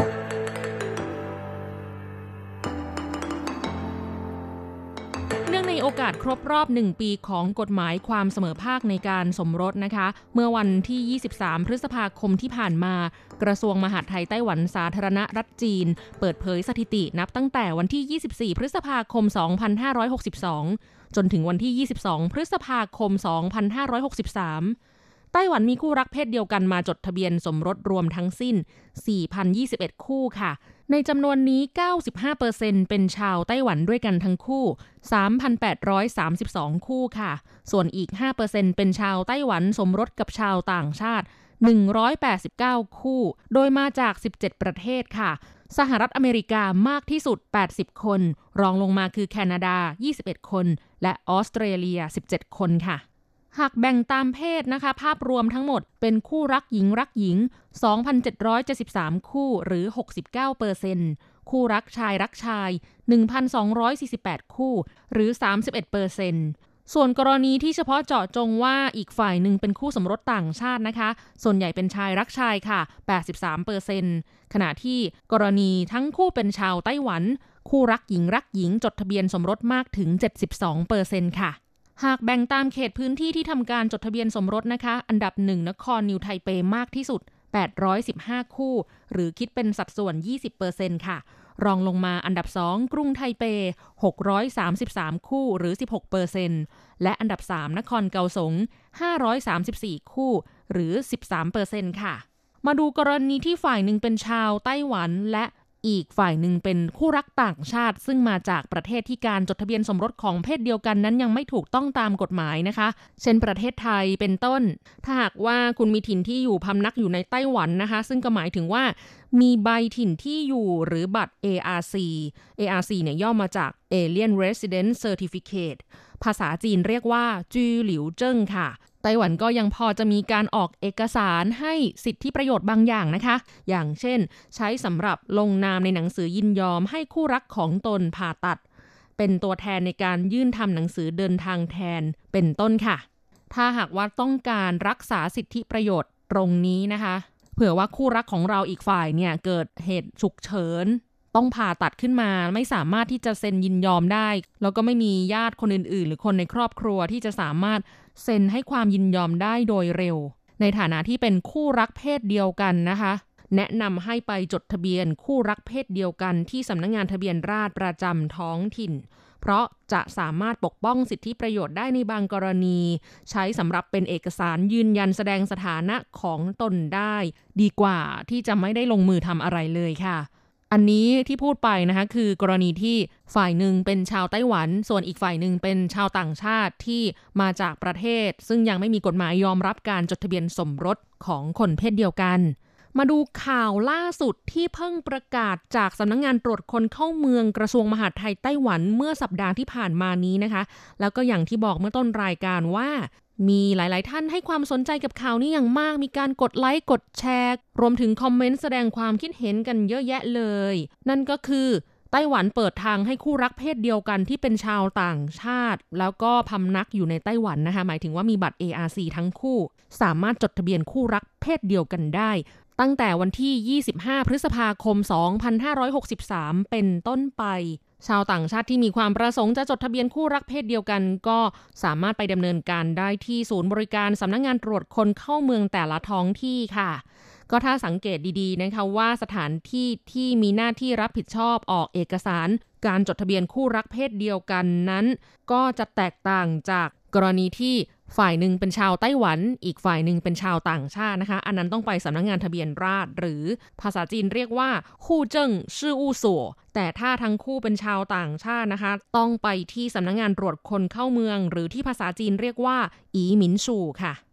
เนื่องในโอกาสครบรอบหนึ่งปีของกฎหมายความเสมอภาคในการสมรสนะคะเมื่อวันที่ยี่สิบสามพฤษภาคมที่ผ่านมากระทรวงมหาดไทยไต้หวันสาธารณรัฐจีนเปิดเผยสถิตินับตั้งแต่วันที่ยี่สิบสี่พฤษภาคมสองพันห้าร้อยหกสิบสองจนถึงวันที่ยี่สิบสองพฤษภาคมสองพันห้าร้อยหกสิบสามไต้หวันมีคู่รักเพศเดียวกันมาจดทะเบียนสมรสรวมทั้งสิ้น สี่พันยี่สิบเอ็ด คู่ค่ะในจำนวนนี้ เก้าสิบห้าเปอร์เซ็นต์ เป็นชาวไต้หวันด้วยกันทั้งคู่ สามพันแปดร้อยสามสิบสอง คู่ค่ะส่วนอีก ห้าเปอร์เซ็นต์ เป็นชาวไต้หวันสมรสกับชาวต่างชาติหนึ่งร้อยแปดสิบเก้าคู่โดยมาจากสิบเจ็ดประเทศค่ะสหรัฐอเมริกามากที่สุดแปดสิบคนรองลงมาคือแคนาดายี่สิบเอ็ดคนและออสเตรเลียสิบเจ็ดคนค่ะหากแบ่งตามเพศนะคะภาพรวมทั้งหมดเป็นคู่รักหญิงรักหญิง สองพันเจ็ดร้อยเจ็ดสิบสาม คู่หรือ หกสิบเก้าเปอร์เซ็นต์ คู่รักชายรักชาย หนึ่งพันสองร้อยสี่สิบแปด คู่หรือ สามสิบเอ็ดเปอร์เซ็นต์ ส่วนกรณีที่เฉพาะเจาะจงว่าอีกฝ่ายหนึ่งเป็นคู่สมรสต่างชาตินะคะส่วนใหญ่เป็นชายรักชายค่ะ แปดสิบสามเปอร์เซ็นต์ ขณะที่กรณีทั้งคู่เป็นชาวไต้หวันคู่รักหญิงรักหญิงจดทะเบียนสมรสมากถึง เจ็ดสิบสองเปอร์เซ็นต์ ค่ะหากแบ่งตามเขตพื้นที่ที่ทำการจดทะเบียนสมรสนะคะอันดับหนึ่งนครนิวไทเปมากที่สุดแปดร้อยสิบห้าคู่หรือคิดเป็นสัดส่วน ยี่สิบเปอร์เซ็นต์ ค่ะรองลงมาอันดับสองกรุงไทเปหกร้อยสามสิบสามคู่หรือ สิบหกเปอร์เซ็นต์ และอันดับสามนครเกาสงห้าร้อยสามสิบสี่คู่หรือ สิบสามเปอร์เซ็นต์ ค่ะมาดูกรณีที่ฝ่ายหนึ่งเป็นชาวไต้หวันและอีกฝ่ายหนึ่งเป็นคู่รักต่างชาติซึ่งมาจากประเทศที่การจดทะเบียนสมรสของเพศเดียวกันนั้นยังไม่ถูกต้องตามกฎหมายนะคะเช่นประเทศไทยเป็นต้นถ้าหากว่าคุณมีถิ่นที่อยู่พำนักอยู่ในไต้หวันนะคะซึ่งก็หมายถึงว่ามีใบถิ่นที่อยู่หรือบัตร เอ อาร์ ซี เอ อาร์ ซี เนี่ยย่อมาจาก Alien Resident Certificate ภาษาจีนเรียกว่าจือหลิวเจิ้งค่ะไต้หวันก็ยังพอจะมีการออกเอกสารให้สิทธิประโยชน์บางอย่างนะคะอย่างเช่นใช้สำหรับลงนามในหนังสือยินยอมให้คู่รักของตนผ่าตัดเป็นตัวแทนในการยื่นทำหนังสือเดินทางแทนเป็นต้นค่ะถ้าหากว่าต้องการรักษาสิทธิประโยชน์ตรงนี้นะคะเผื่อว่าคู่รักของเราอีกฝ่ายเนี่ยเกิดเหตุฉุกเฉินต้องผ่าตัดขึ้นมาไม่สามารถที่จะเซ็นยินยอมได้แล้วก็ไม่มีญาติคนอื่นๆหรือคนในครอบครัวที่จะสามารถเซ็นให้ความยินยอมได้โดยเร็วในฐานะที่เป็นคู่รักเพศเดียวกันนะคะแนะนำให้ไปจดทะเบียนคู่รักเพศเดียวกันที่สำนักงานทะเบียนราษฎร์ประจำท้องถิ่นเพราะจะสามารถปกป้องสิทธิประโยชน์ได้ในบางกรณีใช้สำหรับเป็นเอกสารยืนยันแสดงสถานะของตนได้ดีกว่าที่จะไม่ได้ลงมือทำอะไรเลยค่ะอันนี้ที่พูดไปนะคะคือกรณีที่ฝ่ายหนึ่งเป็นชาวไต้หวันส่วนอีกฝ่ายหนึ่งเป็นชาวต่างชาติที่มาจากประเทศซึ่งยังไม่มีกฎหมายยอมรับการจดทะเบียนสมรสของคนเพศเดียวกันมาดูข่าวล่าสุดที่เพิ่งประกาศจากสำนักงานตรวจคนเข้าเมืองกระทรวงมหาดไทยไต้หวันเมื่อสัปดาห์ที่ผ่านมานี้นะคะแล้วก็อย่างที่บอกเมื่อต้นรายการว่ามีหลายๆท่านให้ความสนใจกับข่าวนี้อย่างมากมีการกดไลค์กดแชร์รวมถึงคอมเมนต์แสดงความคิดเห็นกันเยอะแยะเลยนั่นก็คือไต้หวันเปิดทางให้คู่รักเพศเดียวกันที่เป็นชาวต่างชาติแล้วก็พำนักอยู่ในไต้หวันนะคะหมายถึงว่ามีบัตร เอ อาร์ ซี ทั้งคู่สามารถจดทะเบียนคู่รักเพศเดียวกันได้ตั้งแต่วันที่ยี่สิบห้าพฤษภาคมสองพันห้าร้อยหกสิบสามเป็นต้นไปชาวต่างชาติที่มีความประสงค์จะจดทะเบียนคู่รักเพศเดียวกันก็สามารถไปดำเนินการได้ที่ศูนย์บริการสำนักงานตรวจคนเข้าเมืองแต่ละท้องที่ค่ะก็ถ้าสังเกตดีๆนะคะว่าสถานที่ที่มีหน้าที่รับผิดชอบออกเอกสารการจดทะเบียนคู่รักเพศเดียวกันนั้นก็จะแตกต่างจากกรณีที่ฝ่ายหนึ่งเป็นชาวไต้หวันอีกฝ่ายหนึ่งเป็นชาวต่างชาตินะคะอันนั้นต้องไปสำนักงานทะเบียนราษฎร์หรือภาษาจีนเรียกว่าคู่เจิ้งชื่ออู้สั่วแต่ถ้าทั้งคู่เป็นชาวต่างชาตินะคะต้องไปที่สำนักงานตรวจคนเข้าเมืองหรือที่ภาษาจีนเรียกว่าอีหมินชูค่ะ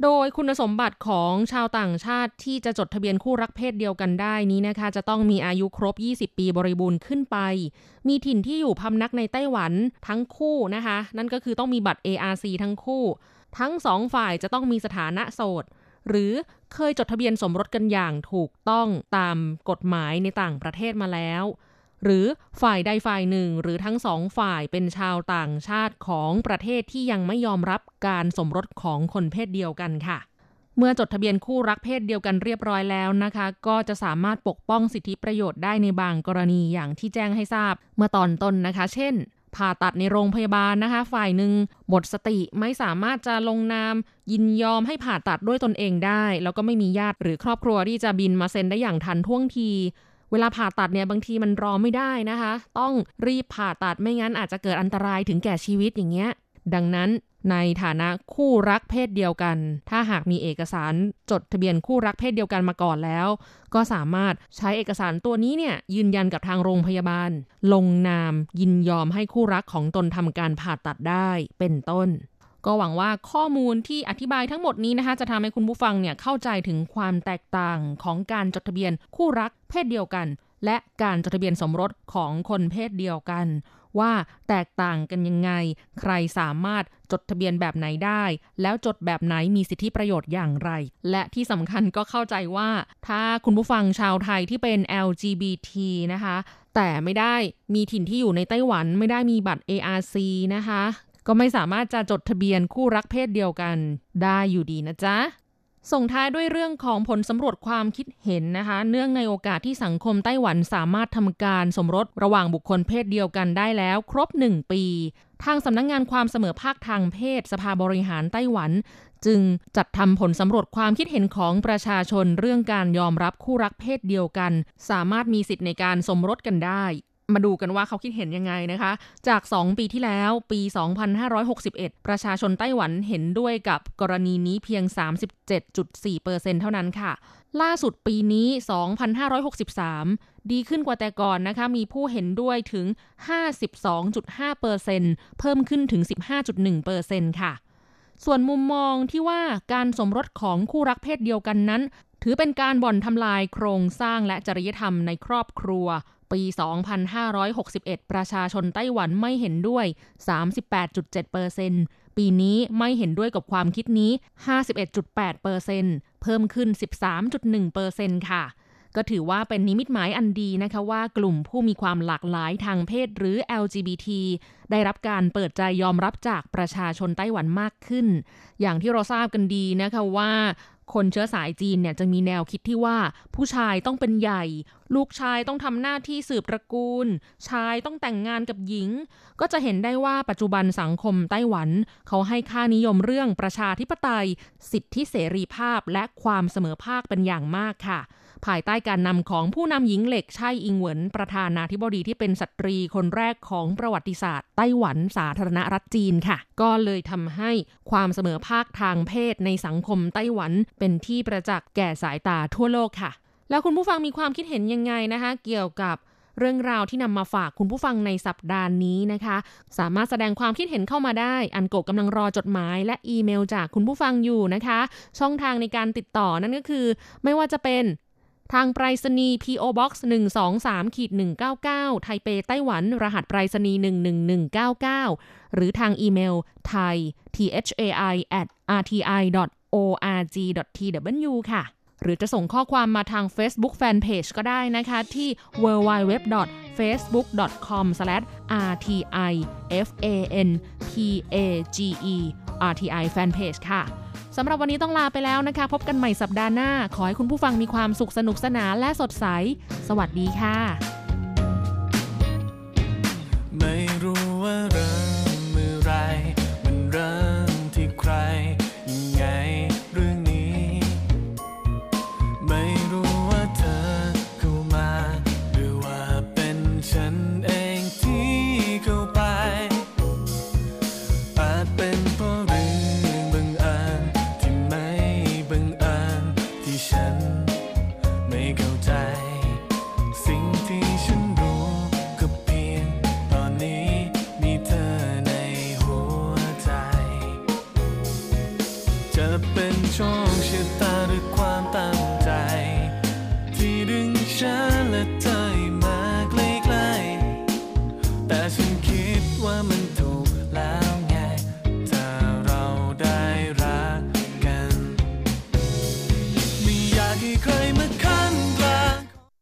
โดยคุณสมบัติของชาวต่างชาติที่จะจดทะเบียนคู่รักเพศเดียวกันได้นี้นะคะจะต้องมีอายุครบยี่สิบปีบริบูรณ์ขึ้นไปมีถิ่นที่อยู่พำนักในไต้หวันทั้งคู่นะคะนั่นก็คือต้องมีบัตร เอ อาร์ ซี ทั้งคู่ทั้งสองฝ่ายจะต้องมีสถานะโสดหรือเคยจดทะเบียนสมรสกันอย่างถูกต้องตามกฎหมายในต่างประเทศมาแล้วหรือฝ่ายใดฝ่ายหนึ่งหรือทั้งสองฝ่ายเป็นชาวต่างชาติของประเทศที่ยังไม่ยอมรับการสมรสของคนเพศเดียวกันค่ะเมื่อจดทะเบียนคู่รักเพศเดียวกันเรียบร้อยแล้วนะคะก็จะสามารถปกป้องสิทธิประโยชน์ได้ในบางกรณีอย่างที่แจ้งให้ทราบเมื่อตอนต้นนะคะเช่นผ่าตัดในโรงพยาบาลนะคะฝ่ายหนึ่งหมดสติไม่สามารถจะลงนามยินยอมให้ผ่าตัดด้วยตนเองได้แล้วก็ไม่มีญาติหรือครอบครัวที่จะบินมาเซ็นได้อย่างทันท่วงทีเวลาผ่าตัดเนี่ยบางทีมันรอไม่ได้นะคะต้องรีบผ่าตัดไม่งั้นอาจจะเกิดอันตรายถึงแก่ชีวิตอย่างเงี้ยดังนั้นในฐานะคู่รักเพศเดียวกันถ้าหากมีเอกสารจดทะเบียนคู่รักเพศเดียวกันมาก่อนแล้วก็สามารถใช้เอกสารตัวนี้เนี่ยยืนยันกับทางโรงพยาบาลลงนามยินยอมให้คู่รักของตนทำการผ่าตัดได้เป็นต้นก็หวังว่าข้อมูลที่อธิบายทั้งหมดนี้นะคะจะทำให้คุณผู้ฟังเนี่ยเข้าใจถึงความแตกต่างของการจดทะเบียนคู่รักเพศเดียวกันและการจดทะเบียนสมรสของคนเพศเดียวกันว่าแตกต่างกันยังไงใครสามารถจดทะเบียนแบบไหนได้แล้วจดแบบไหนมีสิทธิประโยชน์อย่างไรและที่สำคัญก็เข้าใจว่าถ้าคุณผู้ฟังชาวไทยที่เป็น แอล จี บี ที นะคะแต่ไม่ได้มีถิ่นที่อยู่ในไต้หวันไม่ได้มีบัตร เอ อาร์ ซี นะคะก็ไม่สามารถจะจดทะเบียนคู่รักเพศเดียวกันได้อยู่ดีนะจ๊ะส่งท้ายด้วยเรื่องของผลสำรวจความคิดเห็นนะคะเนื่องในโอกาสที่สังคมไต้หวันสามารถทำการสมรสระหว่างบุคคลเพศเดียวกันได้แล้วครบหนึ่งปีทางสำนักงานความเสมอภาคทางเพศสภาบริหารไต้หวันจึงจัดทำผลสำรวจความคิดเห็นของประชาชนเรื่องการยอมรับคู่รักเพศเดียวกันสามารถมีสิทธิ์ในการสมรสกันได้มาดูกันว่าเขาคิดเห็นยังไงนะคะจากสองปีที่แล้วปีสองพันห้าร้อยหกสิบเอ็ดประชาชนไต้หวันเห็นด้วยกับกรณีนี้เพียง สามสิบเจ็ดจุดสี่เปอร์เซ็นต์ เท่านั้นค่ะล่าสุดปีนี้สองพันห้าร้อยหกสิบสามดีขึ้นกว่าแต่ก่อนนะคะมีผู้เห็นด้วยถึง ห้าสิบสองจุดห้าเปอร์เซ็นต์ เพิ่มขึ้นถึง สิบห้าจุดหนึ่งเปอร์เซ็นต์ ค่ะส่วนมุมมองที่ว่าการสมรสของคู่รักเพศเดียวกันนั้นถือเป็นการบ่อนทำลายโครงสร้างและจริยธรรมในครอบครัวปีสองพันห้าร้อยหกสิบเอ็ดประชาชนไต้หวันไม่เห็นด้วย สามสิบแปดจุดเจ็ดเปอร์เซ็นต์ ปีนี้ไม่เห็นด้วยกับความคิดนี้ ห้าสิบเอ็ดจุดแปดเปอร์เซ็นต์ เพิ่มขึ้น สิบสามจุดหนึ่งเปอร์เซ็นต์ ค่ะก็ถือว่าเป็นนิมิตหมายอันดีนะคะว่ากลุ่มผู้มีความหลากหลายทางเพศหรือ แอล จี บี ที ได้รับการเปิดใจยอมรับจากประชาชนไต้หวันมากขึ้นอย่างที่เราทราบกันดีนะคะว่าคนเชื้อสายจีนเนี่ยจะมีแนวคิดที่ว่าผู้ชายต้องเป็นใหญ่ลูกชายต้องทำหน้าที่สืบตระกูลชายต้องแต่งงานกับหญิงก็จะเห็นได้ว่าปัจจุบันสังคมไต้หวันเขาให้ค่านิยมเรื่องประชาธิปไตยสิทธิเสรีภาพและความเสมอภาคเป็นอย่างมากค่ะภายใต้การนำของผู้นำหญิงเหล็กไช่อิงเหวินประธานาธิบดีที่เป็นสตรีคนแรกของประวัติศาสตร์ไต้หวันสาธารณรัฐจีนค่ะก็เลยทำให้ความเสมอภาคทางเพศในสังคมไต้หวันเป็นที่ประจักษ์แก่สายตาทั่วโลกค่ะแล้วคุณผู้ฟังมีความคิดเห็นยังไงนะคะเกี่ยวกับเรื่องราวที่นำมาฝากคุณผู้ฟังในสัปดาห์นี้นะคะสามารถแสดงความคิดเห็นเข้ามาได้อันโกะกำลังรอจดหมายและอีเมลจากคุณผู้ฟังอยู่นะคะช่องทางในการติดต่อนั่นก็คือไม่ว่าจะเป็นทางไปรษณีย์ พี โอ Box หนึ่ง สอง สาม หนึ่ง เก้า เก้า ไทเปไต้หวันรหัสไปรษณีย์หนึ่ง หนึ่ง หนึ่ง เก้า เก้าหรือทางอีเมล thai ที เอช เอ ไอ แอท อาร์ ที ไอ ดอท โอ อาร์ จี ดอท ที ดับเบิลยู ค่ะหรือจะส่งข้อความมาทาง Facebook Fanpage ก็ได้นะคะที่ ดับเบิลยู ดับเบิลยู ดับเบิลยู ดอท เฟซบุ๊ก ดอท คอม สแลช อาร์ ที ไอ เอฟ เอ เอ็น พี เอ จี อี อาร์ ที ไอ Fanpage ค่ะสำหรับวันนี้ต้องลาไปแล้วนะคะพบกันใหม่สัปดาห์หน้าขอให้คุณผู้ฟังมีความสุขสนุกสนานและสดใสสวัสดีค่ะไม่รู้ว่าเริ่มเมื่อไรมันเริ่มที่ใครยังไงเรื่องนี้ไม่รู้ว่าเธอเข้ามาหรือว่าเป็นฉันเองที่เข้าไปอาจเป็นเพราะเรื่องบังเอิญที่ไม่บังเอิญที่ฉันไม่เข้าใจสิ่งที่แล้วไงถ้าเราได้รักกันไม่อยากให้ใครมาขั้นกลาง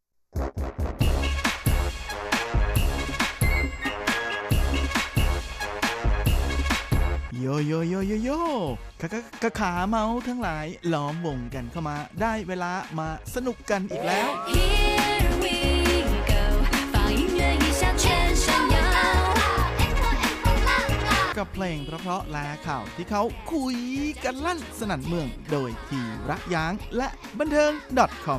โยโยโยโยโยกะกะกะขาเมาทั้งหลายล้อมวงกันเข้ามาได้เวลามาสนุกกันอีกแล้ว Here we go 放音乐一下全闪耀กับเพลงเพราะๆและข่าวที่เขาคุยกันลั่นสนั่นเมืองโดยทีรักย้างและบันเทิง .com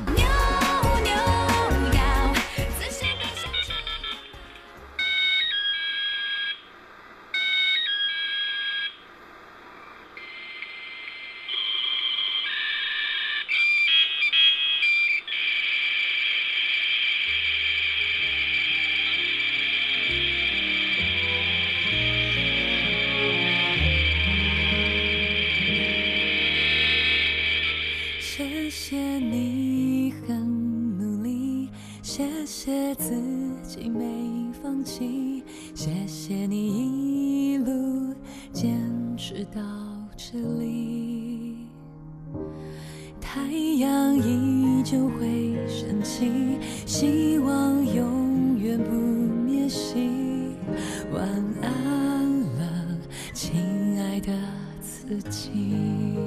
谢谢你很努力，谢谢自己没放弃，谢谢你一路坚持到这里。太阳依旧会升起，希望永远不灭息。晚安了，亲爱的自己。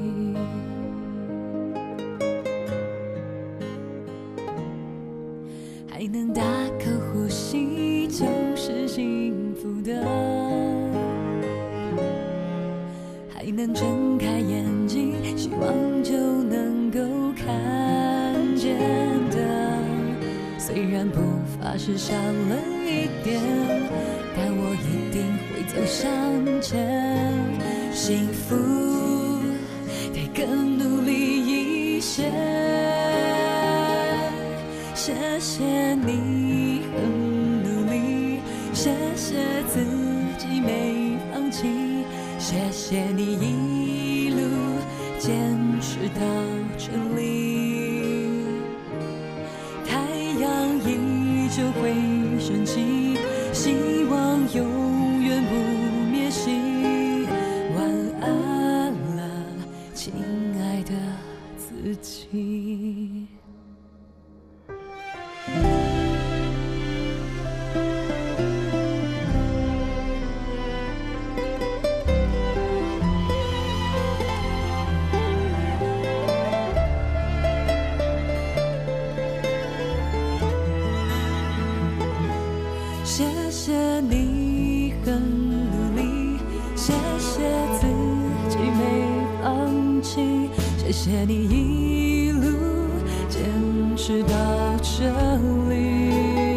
还能大口呼吸就是幸福的，还能睁开眼睛希望就能够看见的。虽然步伐是少了一点，但我一定会走向前。幸福得更努力一些。谢谢你很努力，谢谢自己没放弃，谢谢你一路坚持到这里。太阳依旧会升起，希望永远不灭息。晚安了，亲爱的自己。谢谢你很努力，谢谢自己没放弃，谢谢你一路坚持到这里。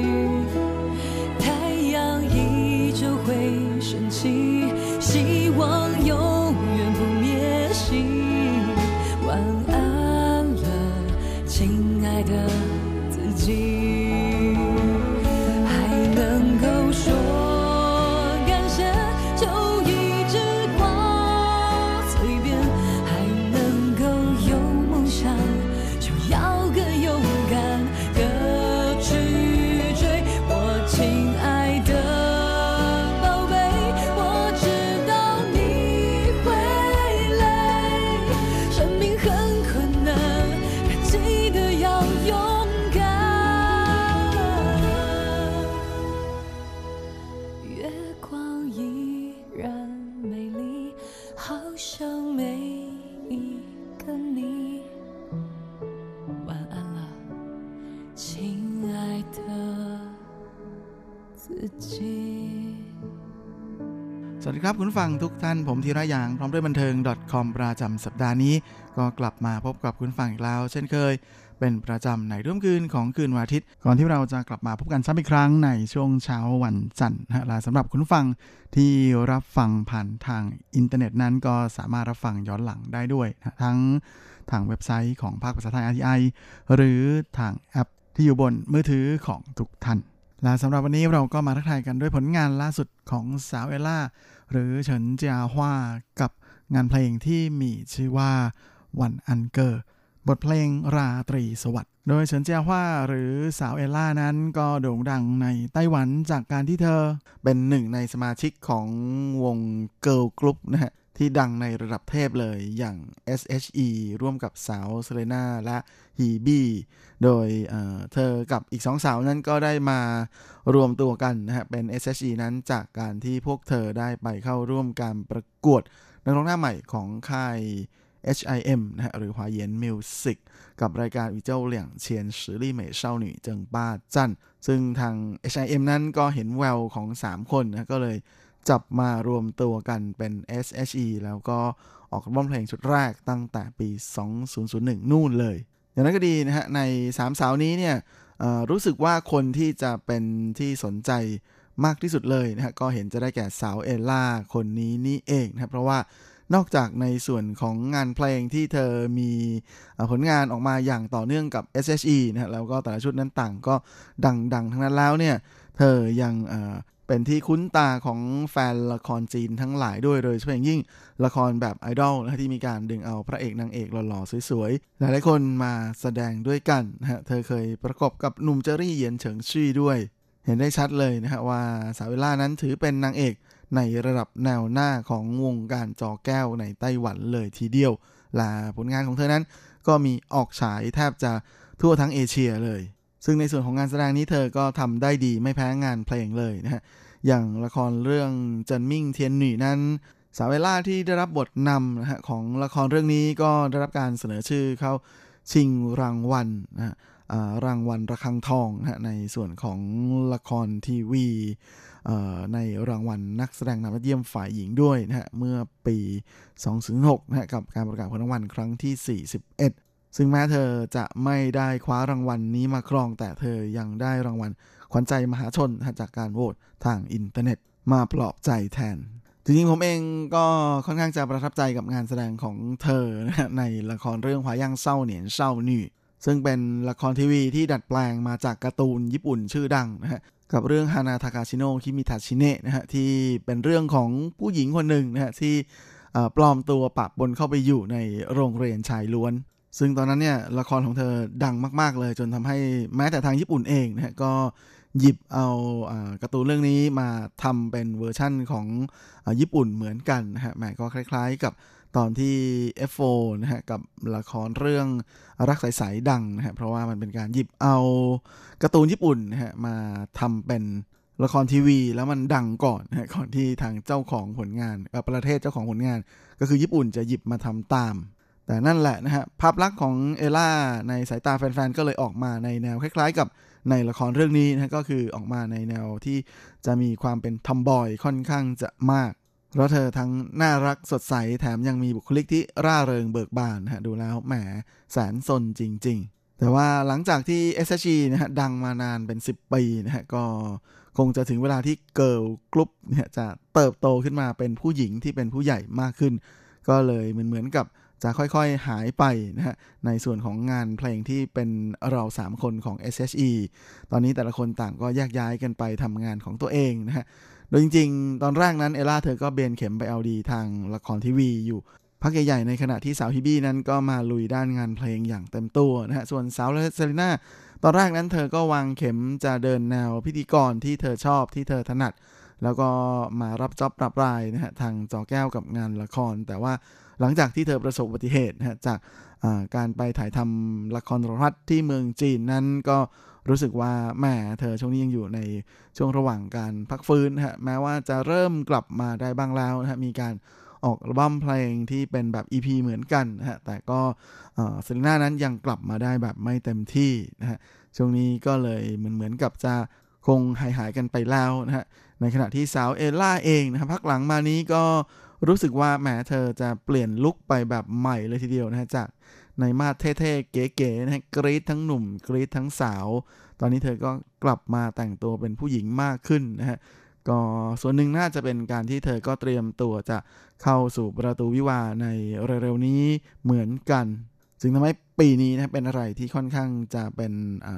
太阳依旧会升起，希望永远不灭息。晚安了，亲爱的自己。能够说感谢就一直挂嘴边，还能够有梦想就要更勇敢的去追。我亲爱的宝贝，我知道你会累，生命很困难，可记得要勇敢。像每一个你，晚安了，亲爱的自己。 สวัสดีครับคุณฟังทุกท่านผมธีระยางพร้อมด้วยบันเทิง .com ประจำสัปดาห์นี้ก็กลับมาพบกับคุณฟังอีกแล้วเช่นเคยเป็นประจำในรุ่มคืนของคืนวันอาทิตย์ก่อนที่เราจะกลับมาพบกันซ้ำอีกครั้งในช่วงเช้าวันจันทร์นะและสำหรับคุณฟังที่รับฟังผ่านทางอินเทอร์เน็ตนั้นก็สามารถรับฟังย้อนหลังได้ด้วยนะทั้งทางเว็บไซต์ของภาคภาษาไทย อาร์ ที ไอ หรือทางแอปที่อยู่บนมือถือของทุกท่านและสำหรับวันนี้เราก็มาทักทายกันด้วยผลงานล่าสุดของสาวเอลล่าหรือเฉินเจียฮวากับงานเพลงที่มีชื่อว่าวันอันเกอร์บทเพลงราตรีสวัสดิ์โดยเฉินเจียฮว่าหรือสาวเอลล่านั้นก็โด่งดังในไต้หวันจากการที่เธอเป็นหนึ่งในสมาชิกของวงเกิร์ลกรุ๊ปนะฮะที่ดังในระดับเทพเลยอย่าง เอส เอช อี ร่วมกับสาวเซเลน่าและฮีบี้โดยเอ่อเธอกับอีกสองสาวนั้นก็ได้มารวมตัวกันนะฮะเป็น เอส เอช อี นั้นจากการที่พวกเธอได้ไปเข้าร่วมการประกวดนักร้องหน้าใหม่ของค่าย เอช ไอ เอ็ม นะฮะหรือหวาเย็นมิวสิกกับรายการวิเจ้าเหลี่ยงเฉียน实力美少女เจิงป้าจั่นซึ่งทาง เอช ไอ เอ็ม นั้นก็เห็นแววของสามคนนะก็เลยจับมารวมตัวกันเป็น เอส เอช อี แล้วก็ออกอัลบั้มเพลงชุดแรกตั้งแต่ปีสองพันหนึ่งนู่นเลยอย่างนั้นก็ดีนะฮะในสามสาวนี้เนี่ยรู้สึกว่าคนที่จะเป็นที่สนใจมากที่สุดเลยนะฮะก็เห็นจะได้แก่สาวเอลล่าคนนี้นี่เองนะเพราะว่านอกจากในส่วนของงานเพลงที่เธอมีผลงานออกมาอย่างต่อเนื่องกับ เอส เอช อี นะฮะแล้วก็แต่ละชุดนั้นต่างก็ดังๆทั้งนั้นแล้วเนี่ยเธอยังเอ่อเป็นที่คุ้นตาของแฟนละครจีนทั้งหลายด้วยโดยเฉพาะอย่างยิ่งละครแบบไอดอลนะที่มีการดึงเอาพระเอกนางเอกหล่อๆสวยๆหลายๆคนมาแสดงด้วยกันนะฮะเธอเคยประกบกับหนุ่มเจอรี่เหยียนเฉิงชี่ด้วยเห็นได้ชัดเลยนะฮะว่าสาวเอลล่านั้นถือเป็นนางเอกในระดับแนวหน้าของวงการจอแก้วในไต้หวันเลยทีเดียวและผลงานของเธอนั้นก็มีออกฉายแทบจะทั่วทั้งเอเชียเลยซึ่งในส่วนของงานแสดงนี้เธอก็ทำได้ดีไม่แพ้งานเพลงเลยนะฮะอย่างละครเรื่องเจินมิ่งเทียนหนี่นั้นสาวเอลล่าที่ได้รับบทนำนะฮะของละครเรื่องนี้ก็ได้รับการเสนอชื่อเข้าชิงรางวัลนะฮะรางวัลระฆังทองนะฮะในส่วนของละครทีวีในรางวัลนักแสดงนำยอดเยี่ยมฝ่ายหญิงด้วยนะฮะเมื่อปีสองพันหกนะฮะกับการประกาศผลรางวัลครั้งที่สี่สิบเอ็ดซึ่งแม้เธอจะไม่ได้คว้ารางวัลนี้มาครองแต่เธอยังได้รางวัลขวัญใจมหาชนจากการโหวตทางอินเทอร์เน็ตมาปลอบใจแทนจริงๆผมเองก็ค่อนข้างจะประทับใจกับงานแสดงของเธอนะในละครเรื่องหวาย่างเศร้าเหนียนเศร้าหนี่ซึ่งเป็นละครทีวีที่ดัดแปลงมาจากการ์ตูนญี่ปุ่นชื่อดังนะฮะกับเรื่องฮานาทาคาชิโนะคิมิทาชิเนะนะฮะที่เป็นเรื่องของผู้หญิงคนหนึ่งนะฮะที่ปลอมตัวปะปนเข้าไปอยู่ในโรงเรียนชายล้วนซึ่งตอนนั้นเนี่ยละครของเธอดังมากๆเลยจนทำให้แม้แต่ทางญี่ปุ่นเองนะฮะก็หยิบเอาการ์ตูนเรื่องนี้มาทำเป็นเวอร์ชั่นของญี่ปุ่นเหมือนกันนะฮะแหมก็คล้ายๆกับตอนที่ เอฟ โฟร์ นะฮะกับละครเรื่องรักใสๆดังนะฮะเพราะว่ามันเป็นการหยิบเอาการ์ตูนญี่ปุ่นนะฮะมาทำเป็นละครทีวีแล้วมันดังก่อนนะฮะก่อนที่ทางเจ้าของผลงานประเทศเจ้าของผลงานก็คือญี่ปุ่นจะหยิบมาทำตามแต่นั่นแหละนะฮะภาพลักษณ์ของเอลล่าในสายตาแฟนๆก็เลยออกมาในแนวคล้ายๆกับในละครเรื่องนี้นะก็คือออกมาในแนวที่จะมีความเป็นทอมบอยค่อนข้างจะมากเพราะเธอทั้งน่ารักสดใสแถมยังมีบุคลิกที่ร่าเริงเบิกบานนะฮะดูแล้วแหมแสนสนจริงๆแต่ว่าหลังจากที่ เอส เอช อี นะฮะดังมานานเป็นสิบปีนะฮะก็คงจะถึงเวลาที่เกิร์ลกรุ๊ปเนี่ยจะเติบโตขึ้นมาเป็นผู้หญิงที่เป็นผู้ใหญ่มากขึ้นก็เลยเหมือนเหมือนกับจะค่อยๆหายไปนะฮะในส่วนของงานเพลงที่เป็นเราสามคนของ เอส เอช อี ตอนนี้แต่ละคนต่างก็แยกย้ายกันไปทำงานของตัวเองนะฮะโดยจริงๆตอนแรกนั้นเอลล่าเธอก็เบนเข็มไปเอาดีทางละครทีวีอยู่พักใหญ่ๆในขณะที่สาวฮิบี้นั้นก็มาลุยด้านงานเพลงอย่างเต็มตัวนะฮะส่วนสาวเซเลน่าตอนแรกนั้นเธอก็วางเข็มจะเดินแนวพิธีกรที่เธอชอบที่เธอถนัดแล้วก็มารับจ็อบรับรายนะฮะทางจอแก้วกับงานละครแต่ว่าหลังจากที่เธอประสบอุบัติเหตุนะฮะจากการไปถ่ายทำละครโทรทัศน์ที่เมืองจีนนั้นก็รู้สึกว่าแหมเธอช่วงนี้ยังอยู่ในช่วงระหว่างการพักฟื้นนะฮะแม้ว่าจะเริ่มกลับมาได้บ้างแล้วนะฮะมีการออกอัลบั้มเพลงที่เป็นแบบ อี พี เหมือนกันนะฮะแต่ก็เซเลน่านั้นยังกลับมาได้แบบไม่เต็มที่นะฮะช่วงนี้ก็เลยเหมือนเหมือนกับจะคงหายหายกันไปแล้วนะฮะในขณะที่สาวเอลล่าเองนะฮะพักหลังมานี้ก็รู้สึกว่าแหมเธอจะเปลี่ยนลุคไปแบบใหม่เลยทีเดียวนะฮะจากในมาดเท่ๆเก๋ๆนะฮะกรี๊ดทั้งหนุ่มกรี๊ดทั้งสาวตอนนี้เธอก็กลับมาแต่งตัวเป็นผู้หญิงมากขึ้นนะฮะก็ส่วนหนึ่งน่าจะเป็นการที่เธอก็เตรียมตัวจะเข้าสู่ประตูวิวาห์ในเร็วๆนี้เหมือนกันจึงทำให้ปีนี้นะเป็นอะไรที่ค่อนข้างจะเป็น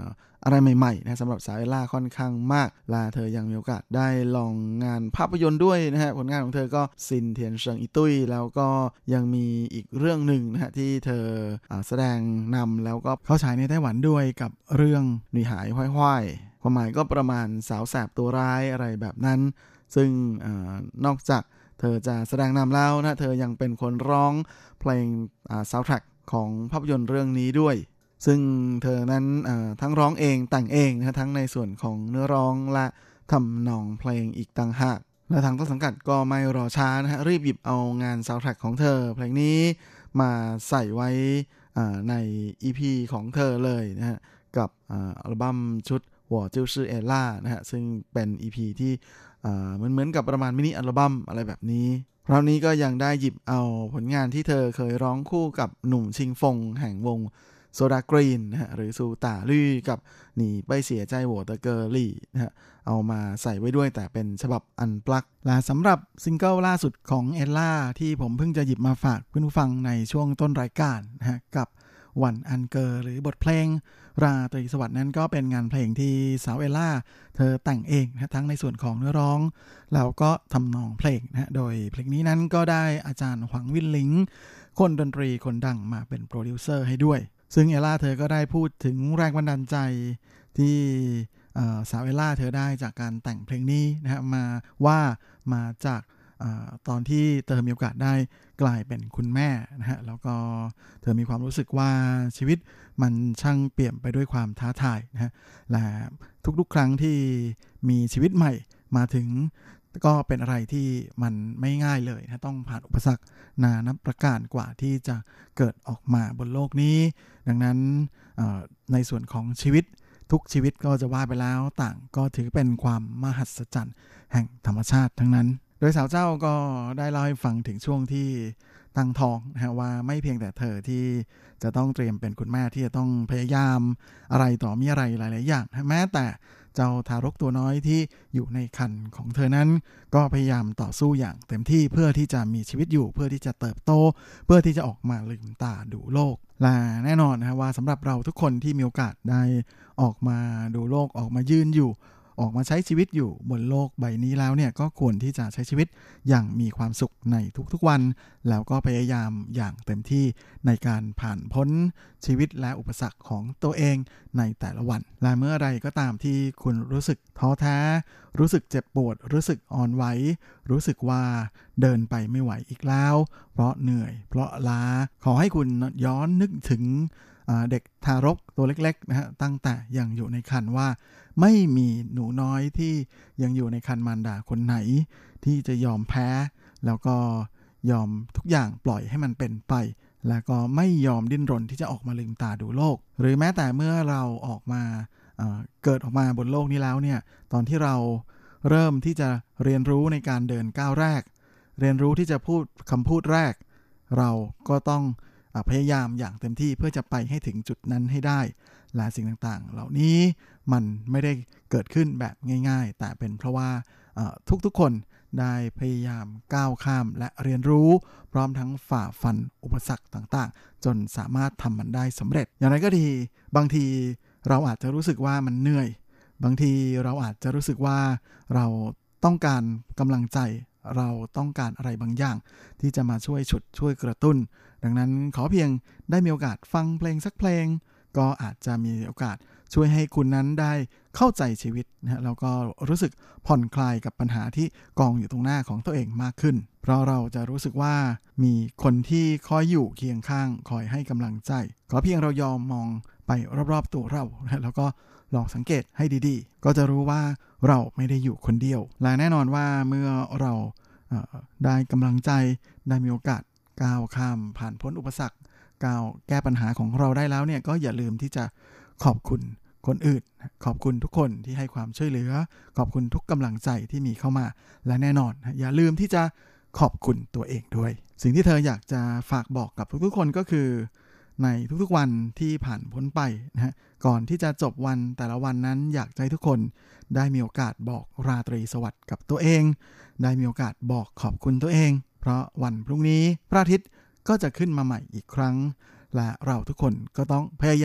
อะไรใหม่ๆนะสำหรับสาวเอลล่าค่อนข้างมากและเธอยังมีโอกาสได้ลองงานภาพยนตร์ด้วยนะฮะผลงานของเธอก็ซินเทียนเซิงอีตุ้ยแล้วก็ยังมีอีกเรื่องหนึ่งนะฮะที่เธอแสดงนำแล้วก็เข้าฉายในไต้หวันด้วยกับเรื่องหนีหายห้อยๆความหมายก็ประมาณสาวแสบตัวร้ายอะไรแบบนั้นซึ่งอานอกจากเธอจะแสดงนำแล้วนะเธอยังเป็นคนร้องเพลงซาวด์แทร็กของภาพยนตร์เรื่องนี้ด้วยซึ่งเธอนั้นทั้งร้องเองแต่งเองนะทั้งในส่วนของเนื้อร้องและทำนองเพลงอีกต่างหากและทางต้นสังกัดก็ไม่รอช้านะฮะรีบหยิบเอางานซาวด์แทร็กของเธอเพลงนี้มาใส่ไว้ใน อี พี ของเธอเลยนะฮะกับอัลบั้มชุดหัวจิ้วชื่อเอลล่านะฮะซึ่งเป็น อี พี ที่เหมือนเหมือนกับประมาณมินิอัลบั้มอะไรแบบนี้คราวนี้ก็ยังได้หยิบเอาผลงานที่เธอเคยร้องคู่กับหนุ่มชิงฟงแห่งวงโซดากรีนนะฮะหรือซูตาลี่กับหนีไปเสียใจโหวตเกอร์ลี่นะฮะเอามาใส่ไว้ด้วยแต่เป็นฉบับอันปลั๊กและสำหรับซิงเกิลล่าสุดของเอลล่าที่ผมเพิ่งจะหยิบมาฝากเพื่อนผู้ฟังในช่วงต้นรายการนะฮะกับวันอันเกอร์หรือบทเพลงราตรีสวัสดิ์นั้นก็เป็นงานเพลงที่สาวเอลล่าเธอแต่งเองนะทั้งในส่วนของเนื้อร้องแล้วก็ทำนองเพลงนะโดยเพลงนี้นั้นก็ได้อาจารย์หวังวินหลิงคนดนตรีคนดังมาเป็นโปรดิวเซอร์ให้ด้วยซึ่งเอลล่าเธอก็ได้พูดถึงแรงบันดาลใจที่สาวเอลล่าเธอได้จากการแต่งเพลงนี้นะฮะมาว่ามาจากตอนที่เธอมีโอกาสได้กลายเป็นคุณแม่นะฮะแล้วก็เธอมีความรู้สึกว่าชีวิตมันช่างเปลี่ยนไปด้วยความท้าทายนะฮะและทุกๆครั้งที่มีชีวิตใหม่มาถึงก็เป็นอะไรที่มันไม่ง่ายเลยนะต้องผ่านอุปสรรคนานับประการกว่าที่จะเกิดออกมาบนโลกนี้ดังนั้นในส่วนของชีวิตทุกชีวิตก็จะว่าไปแล้วต่างก็ถือเป็นความมหัศจรรย์แห่งธรรมชาติทั้งนั้นโดยสาวเจ้าก็ได้เล่าให้ฟังถึงช่วงที่ตั้งท้องนะฮะว่าไม่เพียงแต่เธอที่จะต้องเตรียมเป็นคุณแม่ที่จะต้องพยายามอะไรต่อมีอะไรหลายๆอย่างแม้แต่เจ้าทารกตัวน้อยที่อยู่ในครรภ์ของเธอนั้นก็พยายามต่อสู้อย่างเต็มที่เพื่อที่จะมีชีวิตอยู่เพื่อที่จะเติบโตเพื่อที่จะออกมาลืมตาดูโลกและแน่นอนนะว่าสำหรับเราทุกคนที่มีโอกาสได้ออกมาดูโลกออกมายืนอยู่ออกมาใช้ชีวิตอยู่บนโลกใบนี้แล้วเนี่ยก็ควรที่จะใช้ชีวิตอย่างมีความสุขในทุกๆวันแล้วก็พยายามอย่างเต็มที่ในการผ่านพ้นชีวิตและอุปสรรคของตัวเองในแต่ละวันและเมื่อใดก็ตามที่คุณรู้สึกท้อแท้รู้สึกเจ็บปวดรู้สึกอ่อนไหวรู้สึกว่าเดินไปไม่ไหวอีกแล้วเพราะเหนื่อยเพราะล้าขอให้คุณย้อนนึกถึงเด็กทารกตัวเล็กๆนะฮะตั้งแต่ยังอยู่ในครรภ์ว่าไม่มีหนูน้อยที่ยังอยู่ในครรภ์มารดาคนไหนที่จะยอมแพ้แล้วก็ยอมทุกอย่างปล่อยให้มันเป็นไปแล้วก็ไม่ยอมดิ้นรนที่จะออกมาลืมตาดูโลกหรือแม้แต่เมื่อเราออกมาเอ่อเกิดออกมาบนโลกนี้แล้วเนี่ยตอนที่เราเริ่มที่จะเรียนรู้ในการเดินก้าวแรกเรียนรู้ที่จะพูดคำพูดแรกเราก็ต้องพยายามอย่างเต็มที่เพื่อจะไปให้ถึงจุดนั้นให้ได้และสิ่งต่างๆเหล่านี้มันไม่ได้เกิดขึ้นแบบง่ายๆแต่เป็นเพราะว่าทุกๆคนได้พยายามก้าวข้ามและเรียนรู้พร้อมทั้งฝ่าฟันอุปสรรคต่างๆจนสามารถทำมันได้สำเร็จอย่างไรก็ดีบางทีเราอาจจะรู้สึกว่ามันเหนื่อยบางทีเราอาจจะรู้สึกว่าเราต้องการกำลังใจเราต้องการอะไรบางอย่างที่จะมาช่วยฉุดช่วยกระตุ้นดังนั้นขอเพียงได้มีโอกาสฟังเพลงสักเพลงก็อาจจะมีโอกาสช่วยให้คุณนั้นได้เข้าใจชีวิตนะแล้วก็รู้สึกผ่อนคลายกับปัญหาที่กองอยู่ตรงหน้าของตัวเองมากขึ้นเพราะเราจะรู้สึกว่ามีคนที่คอยอยู่เคียงข้างคอยให้กำลังใจขอเพียงเรายอมมองไปรอบๆตัวเราแล้วก็ลองสังเกตให้ดีๆก็จะรู้ว่าเราไม่ได้อยู่คนเดียวและแน่นอนว่าเมื่อเราได้กำลังใจได้มีโอกาสก้าวข้ามผ่านพ้นอุปสรรคก้าวแก้ปัญหาของเราได้แล้วเนี่ยก็อย่าลืมที่จะขอบคุณคนอื่นขอบคุณทุกคนที่ให้ความช่วยเหลือขอบคุณทุกกำลังใจที่มีเข้ามาและแน่นอนอย่าลืมที่จะขอบคุณตัวเองด้วยสิ่งที่เธออยากจะฝากบอกกับทุกๆคนก็คือในทุกๆวันที่ผ่านพ้นไปนะฮะก่อนที่จะจบวันแต่ละวันนั้นอยากให้ทุกคนได้มีโอกาสบอกราตรีสวัสดิ์กับตัวเองได้มีโอกาสบอกขอบคุณตัวเองเพราะวันพรุ่งนี้พระอาทิตย์ก็จะขึ้นมาใหม่อีกครั้งและเราทุกคนก็ต้องพยายาม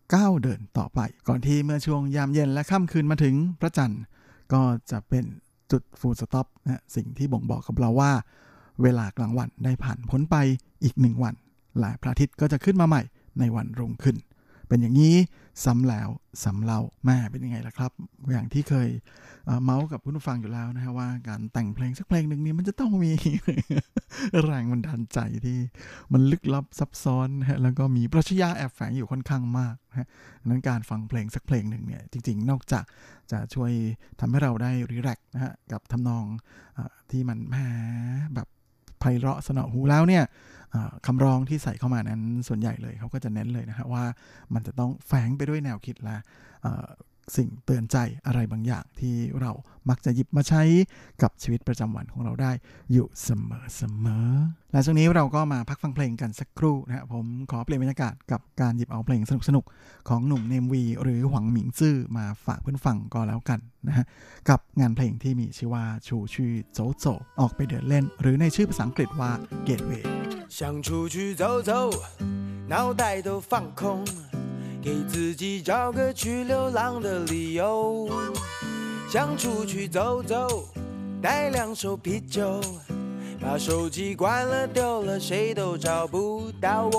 ก้าวเดินต่อไปก่อนที่เมื่อช่วงยามเย็นและค่ำคืนมาถึงพระจันทร์ก็จะเป็นจุดฟูลสต็อปนะสิ่งที่บ่งบอกกับเราว่าเวลากลางวันได้ผ่านพ้นไปอีกหนึ่งวันและพระอาทิตย์ก็จะขึ้นมาใหม่ในวันรุ่งขึ้นเป็นอย่างนี้ซ้ำแล้วซ้ำเล่าแม่เป็นยังไงล่ะครับอย่างที่เคยเอ่อเมาส์กับผู้ฟังอยู่แล้วนะฮะว่าการแต่งเพลงสักเพลงหนึ่งนี่มันจะต้องมี แรงบันดาลใจที่มันลึกลับซับซ้อนนะฮะแล้วก็มีปรัชญาแอบแฝงอยู่ค่อนข้างมากนะฮะนั้นการฟังเพลงสักเพลงหนึ่งเนี่ยจริงๆนอกจากจะช่วยทำให้เราได้รีแลกซ์นะฮะกับทำนองเอ่อที่มันแหมแบบไพเราะสนอหูแล้วเนี่ยคำร้องที่ใส่เข้ามานั้นส่วนใหญ่เลยเขาก็จะเน้นเลยนะฮะว่ามันจะต้องแฝงไปด้วยแนวคิดและสิ่งเตือนใจอะไรบางอย่างที่เรามักจะหยิบมาใช้กับชีวิตประจำวันของเราได้อยู่เสมอเสมอและช่วงนี้เราก็มาพักฟังเพลงกันสักครู่นะฮะผมขอเปลี่ยนบรรยากาศกับการหยิบเอาเพลงสนุกๆของหนุ่มเนมวีหรือหวังหมิงซื่อมาฝากเพื่อนฟังก็แล้วกันนะฮะกับงานเพลงที่มีชื่อว่าชูชื่อโจโจออกไปเดินเล่นหรือในชื่อภาษาอังกฤษว่า Gateway 想出去走走，脑袋都放空，给自己找个去流浪的理由。想出去走走，带两手啤酒，把手机关了丢了，谁都找不到我。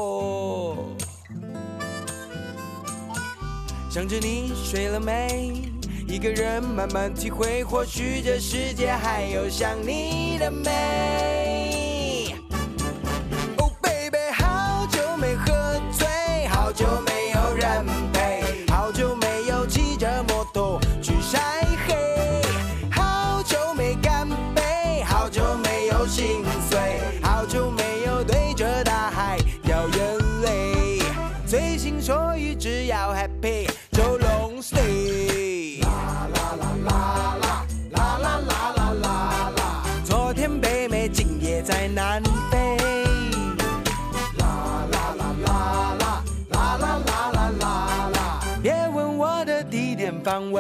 想着你睡了没？一个人慢慢体会，或许这世界还有像你的美。好久没有人陪，好久没有骑着摩托去晒黑，好久没干杯，好久没有心碎，好久没有对着大海掉眼泪。随心所欲，只要 happy 就 long stay。啦啦啦啦啦啦啦啦啦啦啦，昨天北美，今夜在南非。方位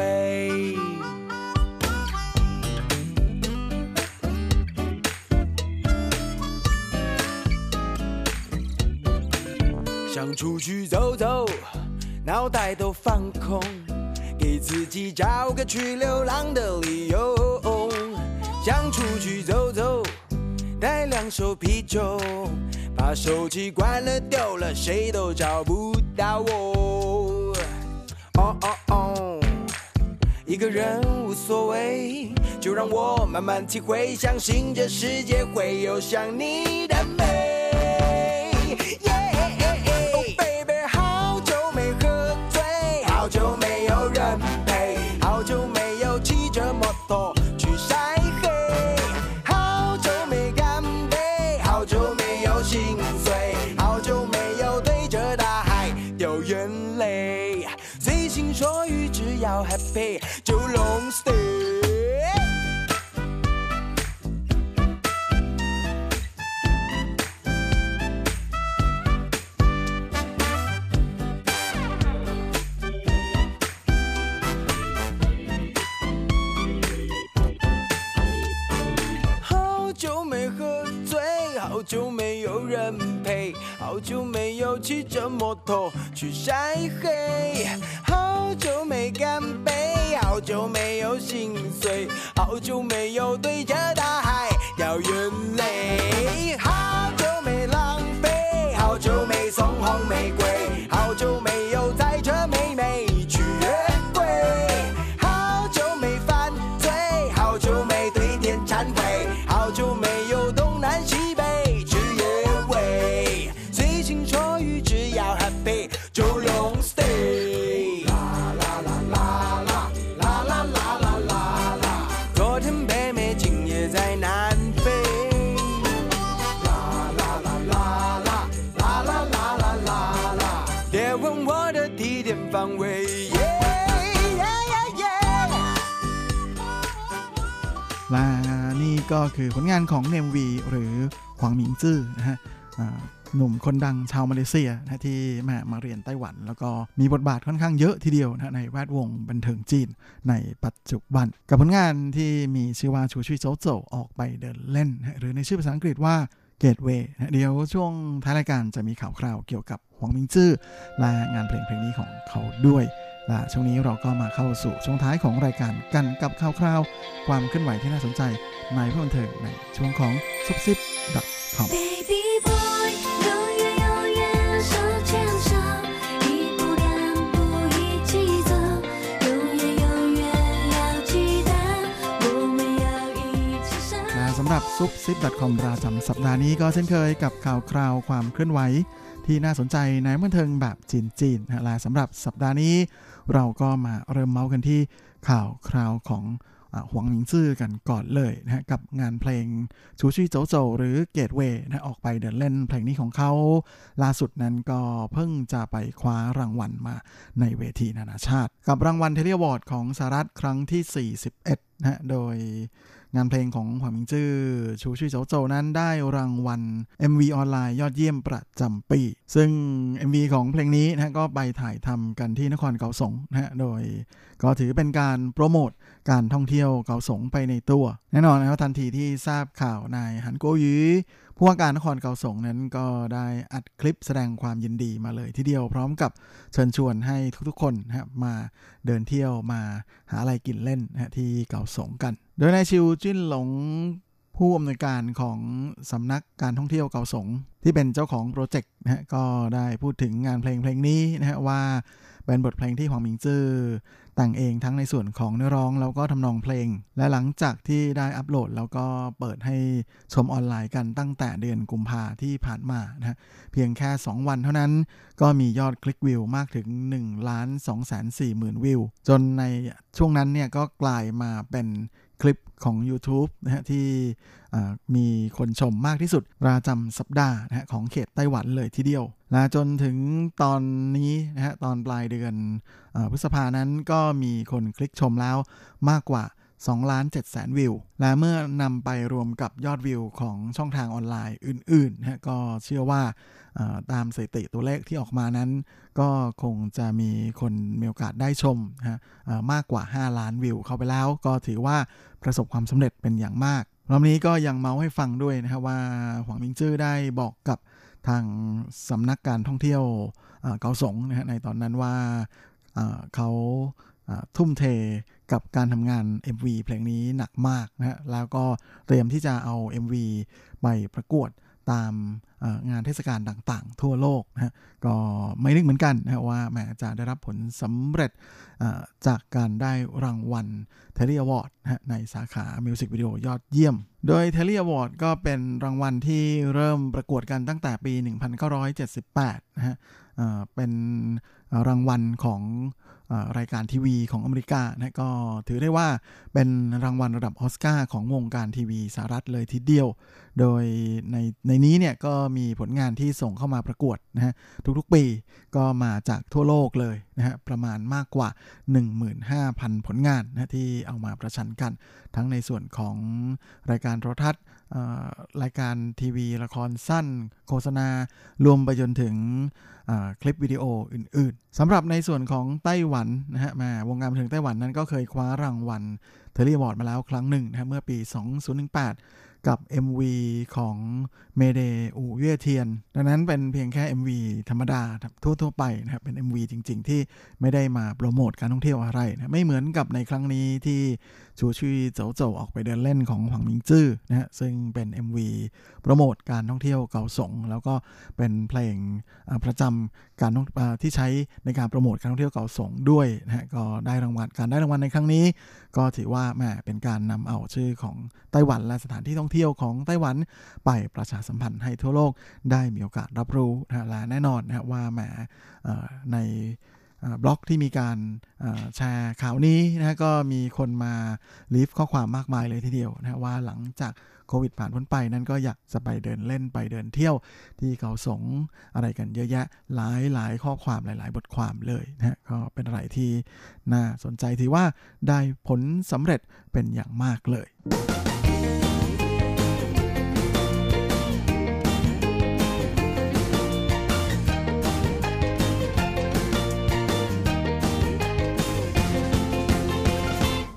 想出去走走，脑袋都放空，给自己找个去流浪的理由。想出去走走，带两手啤酒，把手机关了丢了，谁都找不到我。哦哦哦，一个人无所谓，就让我慢慢体会，相信这世界会有像你的美。Oh baby， 好久没喝醉，好久没有人陪，好久没有骑着摩托去晒黑，好久没干杯，好久没有心碎，好久没有对着大海掉眼泪。随心所欲，只要 happy 就 long stay。好久没喝醉，好久没有人陪，好久没有骑着摩托去晒黑，好久没干杯，好久没有心碎，好久没有对着大海掉眼泪，好久没浪费，好久没送红玫瑰，好久没有载着妹妹去约会，好久没犯罪，好久没对天忏悔，好久没有东南西北去野味，随心所欲，只要 happy 就 long stay。 และนี่ก็คือผลงานของเนมวีหรือหวังหมิงจื้อนะฮะหนุ่มคนดังชาวมาเลเซียนะที่มามาเรียนไต้หวันแล้วก็มีบทบาทค่อนข้างเยอะทีเดียวนะในแวดวงบันเทิงจีนในปัจจุบันกับผลงานที่มีชื่อว่าชูชุยโจโจออกไปเดินเล่นนะหรือในชื่อภาษาอังกฤษว่าเกตเวย์เดี๋ยวช่วงท้ายรายการจะมีข่าวคราวเกี่ยวกับหวังมิงจื้อและงานเพลงเพลงนี้ของเขาด้วยและช่วงนี้เราก็มาเข้าสู่ช่วงท้ายของรายการกันกับข่าวคราวความเคลื่อนไหวที่น่าสนใจในเพื่อบันเทิงในช่วงของซุปซิป .comสำหรับซุปซิป .com ประจำสัปดาห์นี้ก็เช่นเคยกับข่าวคราวความเคลื่อนไหวที่น่าสนใจในบันเทิงแบบจีนๆนะและสำหรับสัปดาห์นี้เราก็มาเริ่มเมาส์กันที่ข่าวคราวของหวังหมิงจื้อกันก่อนเลยนะกับงานเพลงชูชี่โจโจหรือเกตเวย์นะออกไปเดินเล่นเพลงนี้ของเขาล่าสุดนั้นก็เพิ่งจะไปคว้ารางวัลมาในเวทีนานาชาติกับรางวัลเทเลอวอร์ดของสหรัฐครั้งที่สี่สิบเอ็ดนะโดยงานเพลงของหวังหมิงจื้อชูชี่โจโจนั้นได้รางวัล เอ็ม วี ออนไลน์ยอดเยี่ยมประจำปีซึ่ง เอ็ม วี ของเพลงนี้นะก็ไปถ่ายทำกันที่นครเกาสงนะโดยก็ถือเป็นการโปรโมทการท่องเที่ยวเกาสงไปในตัวแน่นอนนะครับทันทีที่ทราบข่าวนายหันโกหยีผู้ว่าการนครเกาสงนั้นก็ได้อัดคลิปแสดงความยินดีมาเลยทีเดียวพร้อมกับเชิญชวนให้ทุกๆคนนะครับมาเดินเที่ยวมาหาอะไรกินเล่นนะที่เกาสงกันโดยนายชิวจิ้นหลงผู้อำนวยการของสำนักการท่องเที่ยวเกาสงที่เป็นเจ้าของโปรเจกต์นะฮะก็ได้พูดถึงงานเพลงเพลงนี้นะฮะว่าเป็นบทเพลงที่หวังหมิงจื้อแต่งเองทั้งในส่วนของเนื้อร้องแล้วก็ทำนองเพลงและหลังจากที่ได้อัปโหลดแล้วก็เปิดให้ชมออนไลน์กันตั้งแต่เดือนกุมภาที่ผ่านมานะฮะเพียงแค่สองวันเท่านั้นก็มียอดคลิกวิวมากถึง หนึ่งล้านสองแสนสี่หมื่น วิวจนในช่วงนั้นเนี่ยก็กลายมาเป็นคลิปของ YouTube นะฮะที่มีคนชมมากที่สุดประจำสัปดาห์นะฮะของเขตไต้หวันเลยทีเดียวและจนถึงตอนนี้นะฮะตอนปลายเดือนพฤษภานั้นก็มีคนคลิกชมแล้วมากกว่าสองล้านเจ็ดแสนวิวและเมื่อนำไปรวมกับยอดวิวของช่องทางออนไลน์อื่นๆนะฮะก็เชื่อว่าตามสถิติตัวเลขที่ออกมานั้นก็คงจะมีคนมีโอกาสได้ชมนะฮะมากกว่าห้าล้านวิวเข้าไปแล้วก็ถือว่าประสบความสำเร็จเป็นอย่างมากรอบนี้ก็ยังเมาให้ฟังด้วยนะครับว่าหวังหมิงจื้อได้บอกกับทางสำนักการท่องเที่ยวเกาสงนะฮะในตอนนั้นว่าเขาทุ่มเทกับการทำงาน เอ็ม วี เพลงนี้หนักมากนะฮะแล้วก็เตรียมที่จะเอา เอ็ม วี ไปประกวดตามงานเทศกาลต่างๆทั่วโลกนะฮะก็ไม่นึกเหมือนกันนะว่าแม้จะได้รับผลสำเร็จจากการได้รางวัล Telly Award นะฮะในสาขามิวสิกวิดีโอยอดเยี่ยมโดย Telly Award ก็เป็นรางวัลที่เริ่มประกวดกันตั้งแต่ปีหนึ่งพันเก้าร้อยเจ็ดสิบแปดนะฮะเป็นรางวัลของรายการทีวีของอเมริกานะก็ถือได้ว่าเป็นรางวัลระดับออสการ์ของวงการทีวีสหรัฐเลยทีเดียวโดยในในนี้เนี่ยก็มีผลงานที่ส่งเข้ามาประกวดนะฮะทุกๆปีก็มาจากทั่วโลกเลยนะฮะประมาณมากกว่า หนึ่งหมื่นห้าพัน ผลงานนะที่เอามาประชันกันทั้งในส่วนของรายการโทรทัศน์รายการทีวีละครสั้นโฆษณารวมไปจนถึงคลิปวิดีโออื่นๆสำหรับในส่วนของไต้หวันนะฮะมาวงการบันเทิงไต้หวันนั้นก็เคยคว้ารางวัลเทเลอวอร์ดมาแล้วครั้งหนึ่งนะฮะเมื่อปีสองพันสิบแปดกับ เอ็ม วี ของเมเดอูเว่ยเทียนดังนั้นเป็นเพียงแค่ เอ็ม วี ธรรมดาทั่วๆไปนะครับเป็น เอ็ม วี จริงๆที่ไม่ได้มาโปรโมทการท่องเที่ยวอะไรนะไม่เหมือนกับในครั้งนี้ที่ชูชี่โจโจออกไปเดินเล่นของหวังหมิงจื้อนะฮะซึ่งเป็น เอ็ม วี โปรโมทการท่องเที่ยวเกาสงแล้วก็เป็นเพลงประจำการที่ใช้ในการโปรโมทการท่องเที่ยวเกาสงด้วยนะฮะก็ได้รางวัลการได้รางวัลในครั้งนี้ก็ถือว่าแหมเป็นการนำเอาชื่อของไต้หวันและสถานที่ท่องเที่ยวของไต้หวันไปประชาสัมพันธ์ให้ทั่วโลกได้มีโอกาสรับรู้นะและแน่นอนนะว่าแหมในบล็อกที่มีการแชร์ข่าวนี้นะก็มีคนมาลีฟข้อความมากมายเลยทีเดียวนะว่าหลังจากโควิดผ่านพ้นไปนั้นก็อยากจะไปเดินเล่นไปเดินเที่ยวที่เกาสงอะไรกันเยอะแยะหลายหลายข้อความหลายๆบทความเลยนะก็เป็นอะไรที่น่าสนใจถือว่าได้ผลสำเร็จเป็นอย่างมากเลย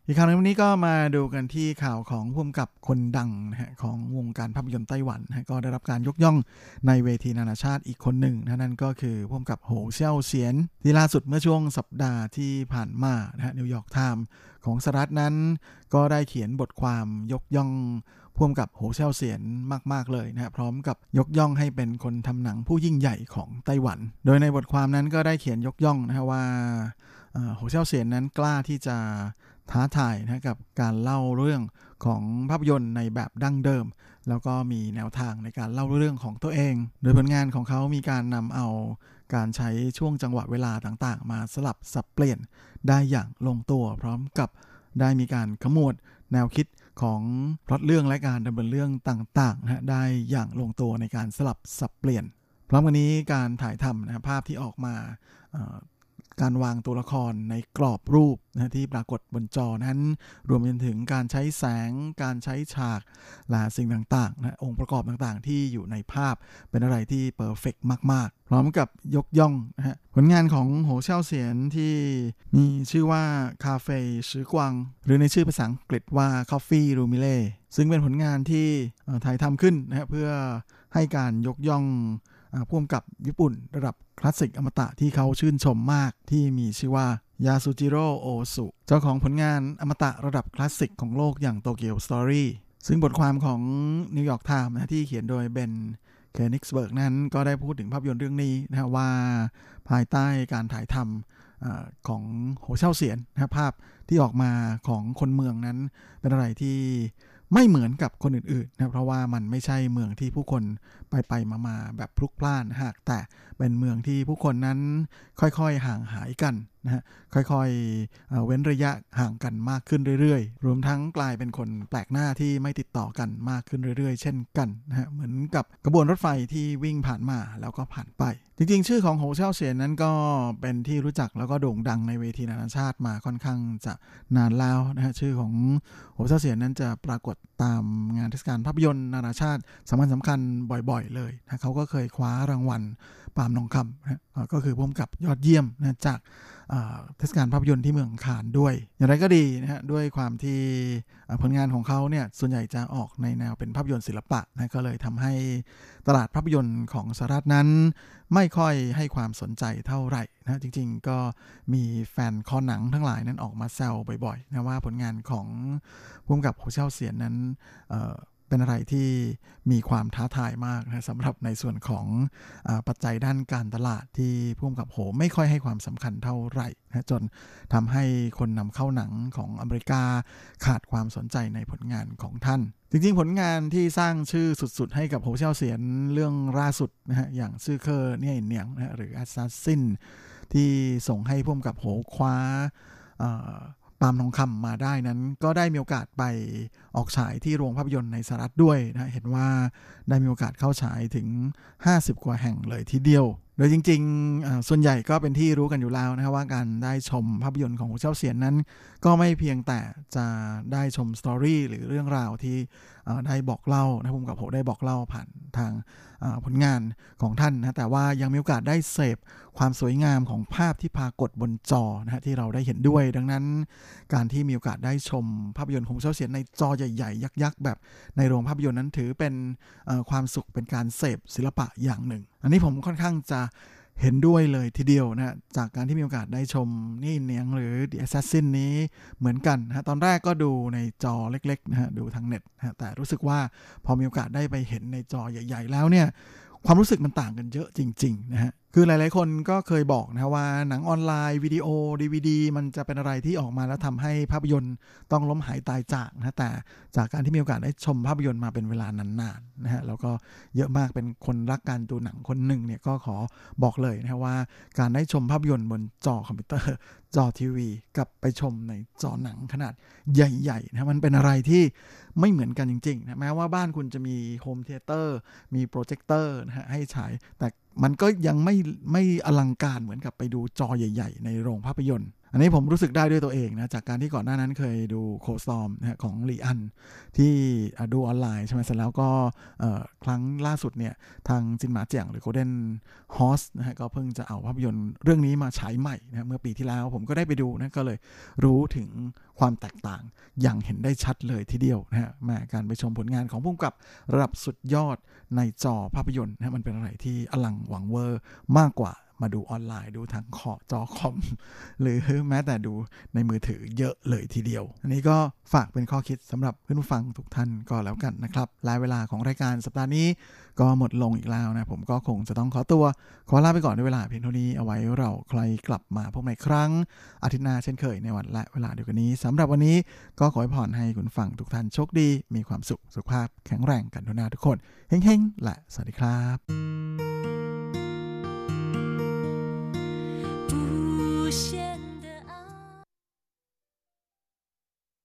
อีกข่าวนึงวันนี้ก็มาดูกันที่ข่าวของผู้กำกับคนดังนะฮะของวงการภาพยนตร์ไต้หวันนะก็ได้รับการยกย่องในเวทีนานาชาติอีกคนหนึ่งนะนั่นก็คือผู้กำกับโหเซี่ยวเสียนที่ล่าสุดเมื่อช่วงสัปดาห์ที่ผ่านมานะฮะนิวยอร์กไทม์ของสหรัฐนั้นก็ได้เขียนบทความยกย่องผู้กำกับโหเซี่ยวเสียนมากๆเลยนะฮะพร้อมกับยกย่องให้เป็นคนทำหนังผู้ยิ่งใหญ่ของไต้หวันโดยในบทความนั้นก็ได้เขียนยกย่องนะฮะว่าโหเซี่ยวเสียนนั้นกล้าที่จะท้าทายนะกับการเล่าเรื่องของภาพยนตร์ในแบบดั้งเดิมแล้วก็มีแนวทางในการเล่าเรื่องของตัวเองโดยผลงานของเขามีการนำเอาการใช้ช่วงจังหวะเวลาต่างๆมาสลับสับเปลี่ยนได้อย่างลงตัวพร้อมกับได้มีการขมวดแนวคิดของพล็อตเรื่องและการดำเนินเรื่องต่างๆนะได้อย่างลงตัวในการสลับสับเปลี่ยนพร้อมกันนี้การถ่ายทำนะภาพที่ออกมาการวางตัวละครในกรอบรูปนะที่ปรากฏบนจอนั้นรวมไปถึงการใช้แสงการใช้ฉากและสิ่งต่างๆนะองค์ประกอบต่างๆที่อยู่ในภาพเป็นอะไรที่เพอร์เฟกต์มากๆพร้อมกับยกย่องนะฮะผลงานของโหเซี่ยวเสียนที่มีชื่อว่าคาเฟ่ชือกวางหรือในชื่อภาษาอังกฤษว่า Coffee Rumile ซึ่งเป็นผลงานที่ถ่ายทำขึ้นนะฮะเพื่อให้การยกย่องผู้กำกับญี่ปุ่นระดับคลาสสิกอมตะที่เขาชื่นชมมากที่มีชื่อว่ายาสุจิโร่โอสุเจ้าของผลงานอมตะระดับคลาสสิกของโลกอย่างโตเกียวสตอรี่ซึ่งบทความของนิวยอร์กไทม์นะที่เขียนโดยเบนเคนิกส์เบิร์กนั้นก็ได้พูดถึงภาพยนตร์เรื่องนี้นะว่าภายใต้การถ่ายทำของโหเซี่ยวเสียนนะภาพที่ออกมาของคนเมืองนั้นเป็นอะไรที่ไม่เหมือนกับคนอื่นๆนะเพราะว่ามันไม่ใช่เมืองที่ผู้คนไปไปมาๆแบบพลุกพล่านหากแต่เป็นเมืองที่ผู้คนนั้นค่อยๆห่างหายกันนะฮะค่อยๆเว้นระยะห่างกันมากขึ้นเรื่อยๆรวมทั้งกลายเป็นคนแปลกหน้าที่ไม่ติดต่อกันมากขึ้นเรื่อยๆเช่นกันนะฮะเหมือนกับกระบวนรถไฟที่วิ่งผ่านมาแล้วก็ผ่านไปจริงๆชื่อของโหเซี่ยวเสียนนั้นก็เป็นที่รู้จักแล้วก็โด่งดังในเวทีนานาชาติมาค่อนข้างจะนานแล้วนะฮะชื่อของโหเซี่ยวเสียนนั้นจะปรากฏตามงานเทศกาลภาพยนตร์นานาชาติสำคัญสำคัญบ่อยๆเลยนะเขาก็เคยคว้ารางวัลปาล์มทองคำนะก็คือผู้กำกับยอดเยี่ยมนะจากเทศกาลภาพยนตร์ที่เมืองคานด้วยอย่างไรก็ดีนะฮะด้วยความที่ผลงานของเขาเนี่ยส่วนใหญ่จะออกในแนวเป็นภาพยนตร์ศิลปะนะก็เลยทำให้ตลาดภาพยนตร์ของสหรัฐนั้นไม่ค่อยให้ความสนใจเท่าไหร่นะจริงๆก็มีแฟนคอหนังทั้งหลายนั้นออกมาแซวบ่อยๆนะว่าผลงานของผู้กำกับโหเซี่ยวเสียนนั้นเอ่อเป็นอะไรที่มีความท้าทายมากนะสำหรับในส่วนของอ่าปัจจัยด้านการตลาดที่ผู้กำกับโหไม่ค่อยให้ความสำคัญเท่าไหร่นะจนทำให้คนนำเข้าหนังของอเมริกาขาดความสนใจในผลงานของท่านจริงๆผลงานที่สร้างชื่อสุดๆให้กับโหเซี่ยวเสียนเรื่องล่าสุดนะฮะอย่างซื่อเคอเนี่ยเนียงนะหรือ Assassin ที่ส่งให้ผู้กำกับโหคว้าปาล์มทองคำมาได้นั้นก็ได้มีโอกาสไปออกฉายที่โรงภาพยนตร์ในสหรัฐด้วยนะเห็นว่าได้มีโอกาสเข้าฉายถึงห้าสิบกว่าแห่งเลยทีเดียวโดยจริงๆส่วนใหญ่ก็เป็นที่รู้กันอยู่แล้วนะว่าการได้ชมภาพยนตร์ของโหเซี่ยวเสียนนั้นก็ไม่เพียงแต่จะได้ชมสตอรี่หรือเรื่องราวที่ได้บอกเล่านะผมกับโหได้บอกเล่าผ่านทางผลงานของท่านนะแต่ว่ายังมีโอกาสได้เสพความสวยงามของภาพที่ปรากฏบนจอนะฮะที่เราได้เห็นด้วยดังนั้นการที่มีโอกาสได้ชมภาพยนตร์ของโหเซี่ยวเสียนในจอใหญ่ๆยักษ์ๆแบบในโรงภาพยนตร์นั้นถือเป็นความสุขเป็นการเสพศิลปะอย่างหนึ่งอันนี้ผมค่อนข้างจะเห็นด้วยเลยทีเดียวนะจากการที่มีโอกาสได้ชมนี่เนียงหรือ The Assassin นี้เหมือนกันนะตอนแรกก็ดูในจอเล็กๆนะฮะดูทางเน็ตนะแต่รู้สึกว่าพอมีโอกาสได้ไปเห็นในจอใหญ่ๆแล้วเนี่ยความรู้สึกมันต่างกันเยอะจริงๆนะฮะคือหลายๆคนก็เคยบอกนะว่าหนังออนไลน์วิดีโอ ดี วี ดี มันจะเป็นอะไรที่ออกมาแล้วทำให้ภาพยนตร์ต้องล้มหายตายจากนะแต่จากการที่มีโอกาสได้ชมภาพยนตร์มาเป็นเวลานานๆนะฮะแล้วก็เยอะมากเป็นคนรักการดูหนังคนหนึ่งเนี่ยก็ขอบอกเลยนะว่าการได้ชมภาพยนตร์บนจอคอมพิวเตอร์จอทีวีกับไปชมในจอหนังขนาดใหญ่ๆนะมันเป็นอะไรที่ไม่เหมือนกันจริงๆนะแม้ว่าบ้านคุณจะมีโฮมเธียเตอร์มีโปรเจคเตอร์นะฮะให้ฉายแต่มันก็ยังไม่ไม่อลังการเหมือนกับไปดูจอใหญ่ๆในโรงภาพยนตร์อันนี้ผมรู้สึกได้ด้วยตัวเองนะจากการที่ก่อนหน้านั้นเคยดูโคสตอมนะของลีอันที่ดูออนไลน์ใช่ไหมเสร็จแล้วก็ครั้งล่าสุดเนี่ยทางจินหมาเจียงหรือ Golden Horse นะฮะก็เพิ่งจะเอาภาพยนตร์เรื่องนี้มาฉายใหม่นะเมื่อปีที่แล้วผมก็ได้ไปดูนะก็เลยรู้ถึงความแตกต่างอย่างเห็นได้ชัดเลยทีเดียวนะฮะมาการไปชมผลงานของผู้กำกับระดับสุดยอดในจอภาพยนตร์นะมันเป็นอะไรที่อลังหวังเวอร์มากกว่ามาดูออนไลน์ดูทางขอจอคอมหรือแม้แต่ดูในมือถือเยอะเลยทีเดียวอันนี้ก็ฝากเป็นข้อคิดสำหรับเพื่อนผู้ฟังทุกท่านก็แล้วกันนะครับรายเวลาของรายการสัปดาห์นี้ก็หมดลงอีกแล้วนะผมก็คงจะต้องขอตัวขอลาไปก่อนด้วยเวลาเพียงเท่านี้เอาไว้เราใครกลับมาพบใหม่ครั้งอาทิตย์หน้าเช่นเคยในวันและเวลาเดียวกันนี้สำหรับวันนี้ก็ขอให้พรให้คุณฟังทุกท่านโชคดีมีความสุขสุขภาพแข็งแรงกันทุกนาทุกคนเฮ้งๆและสวัสดีครับ不想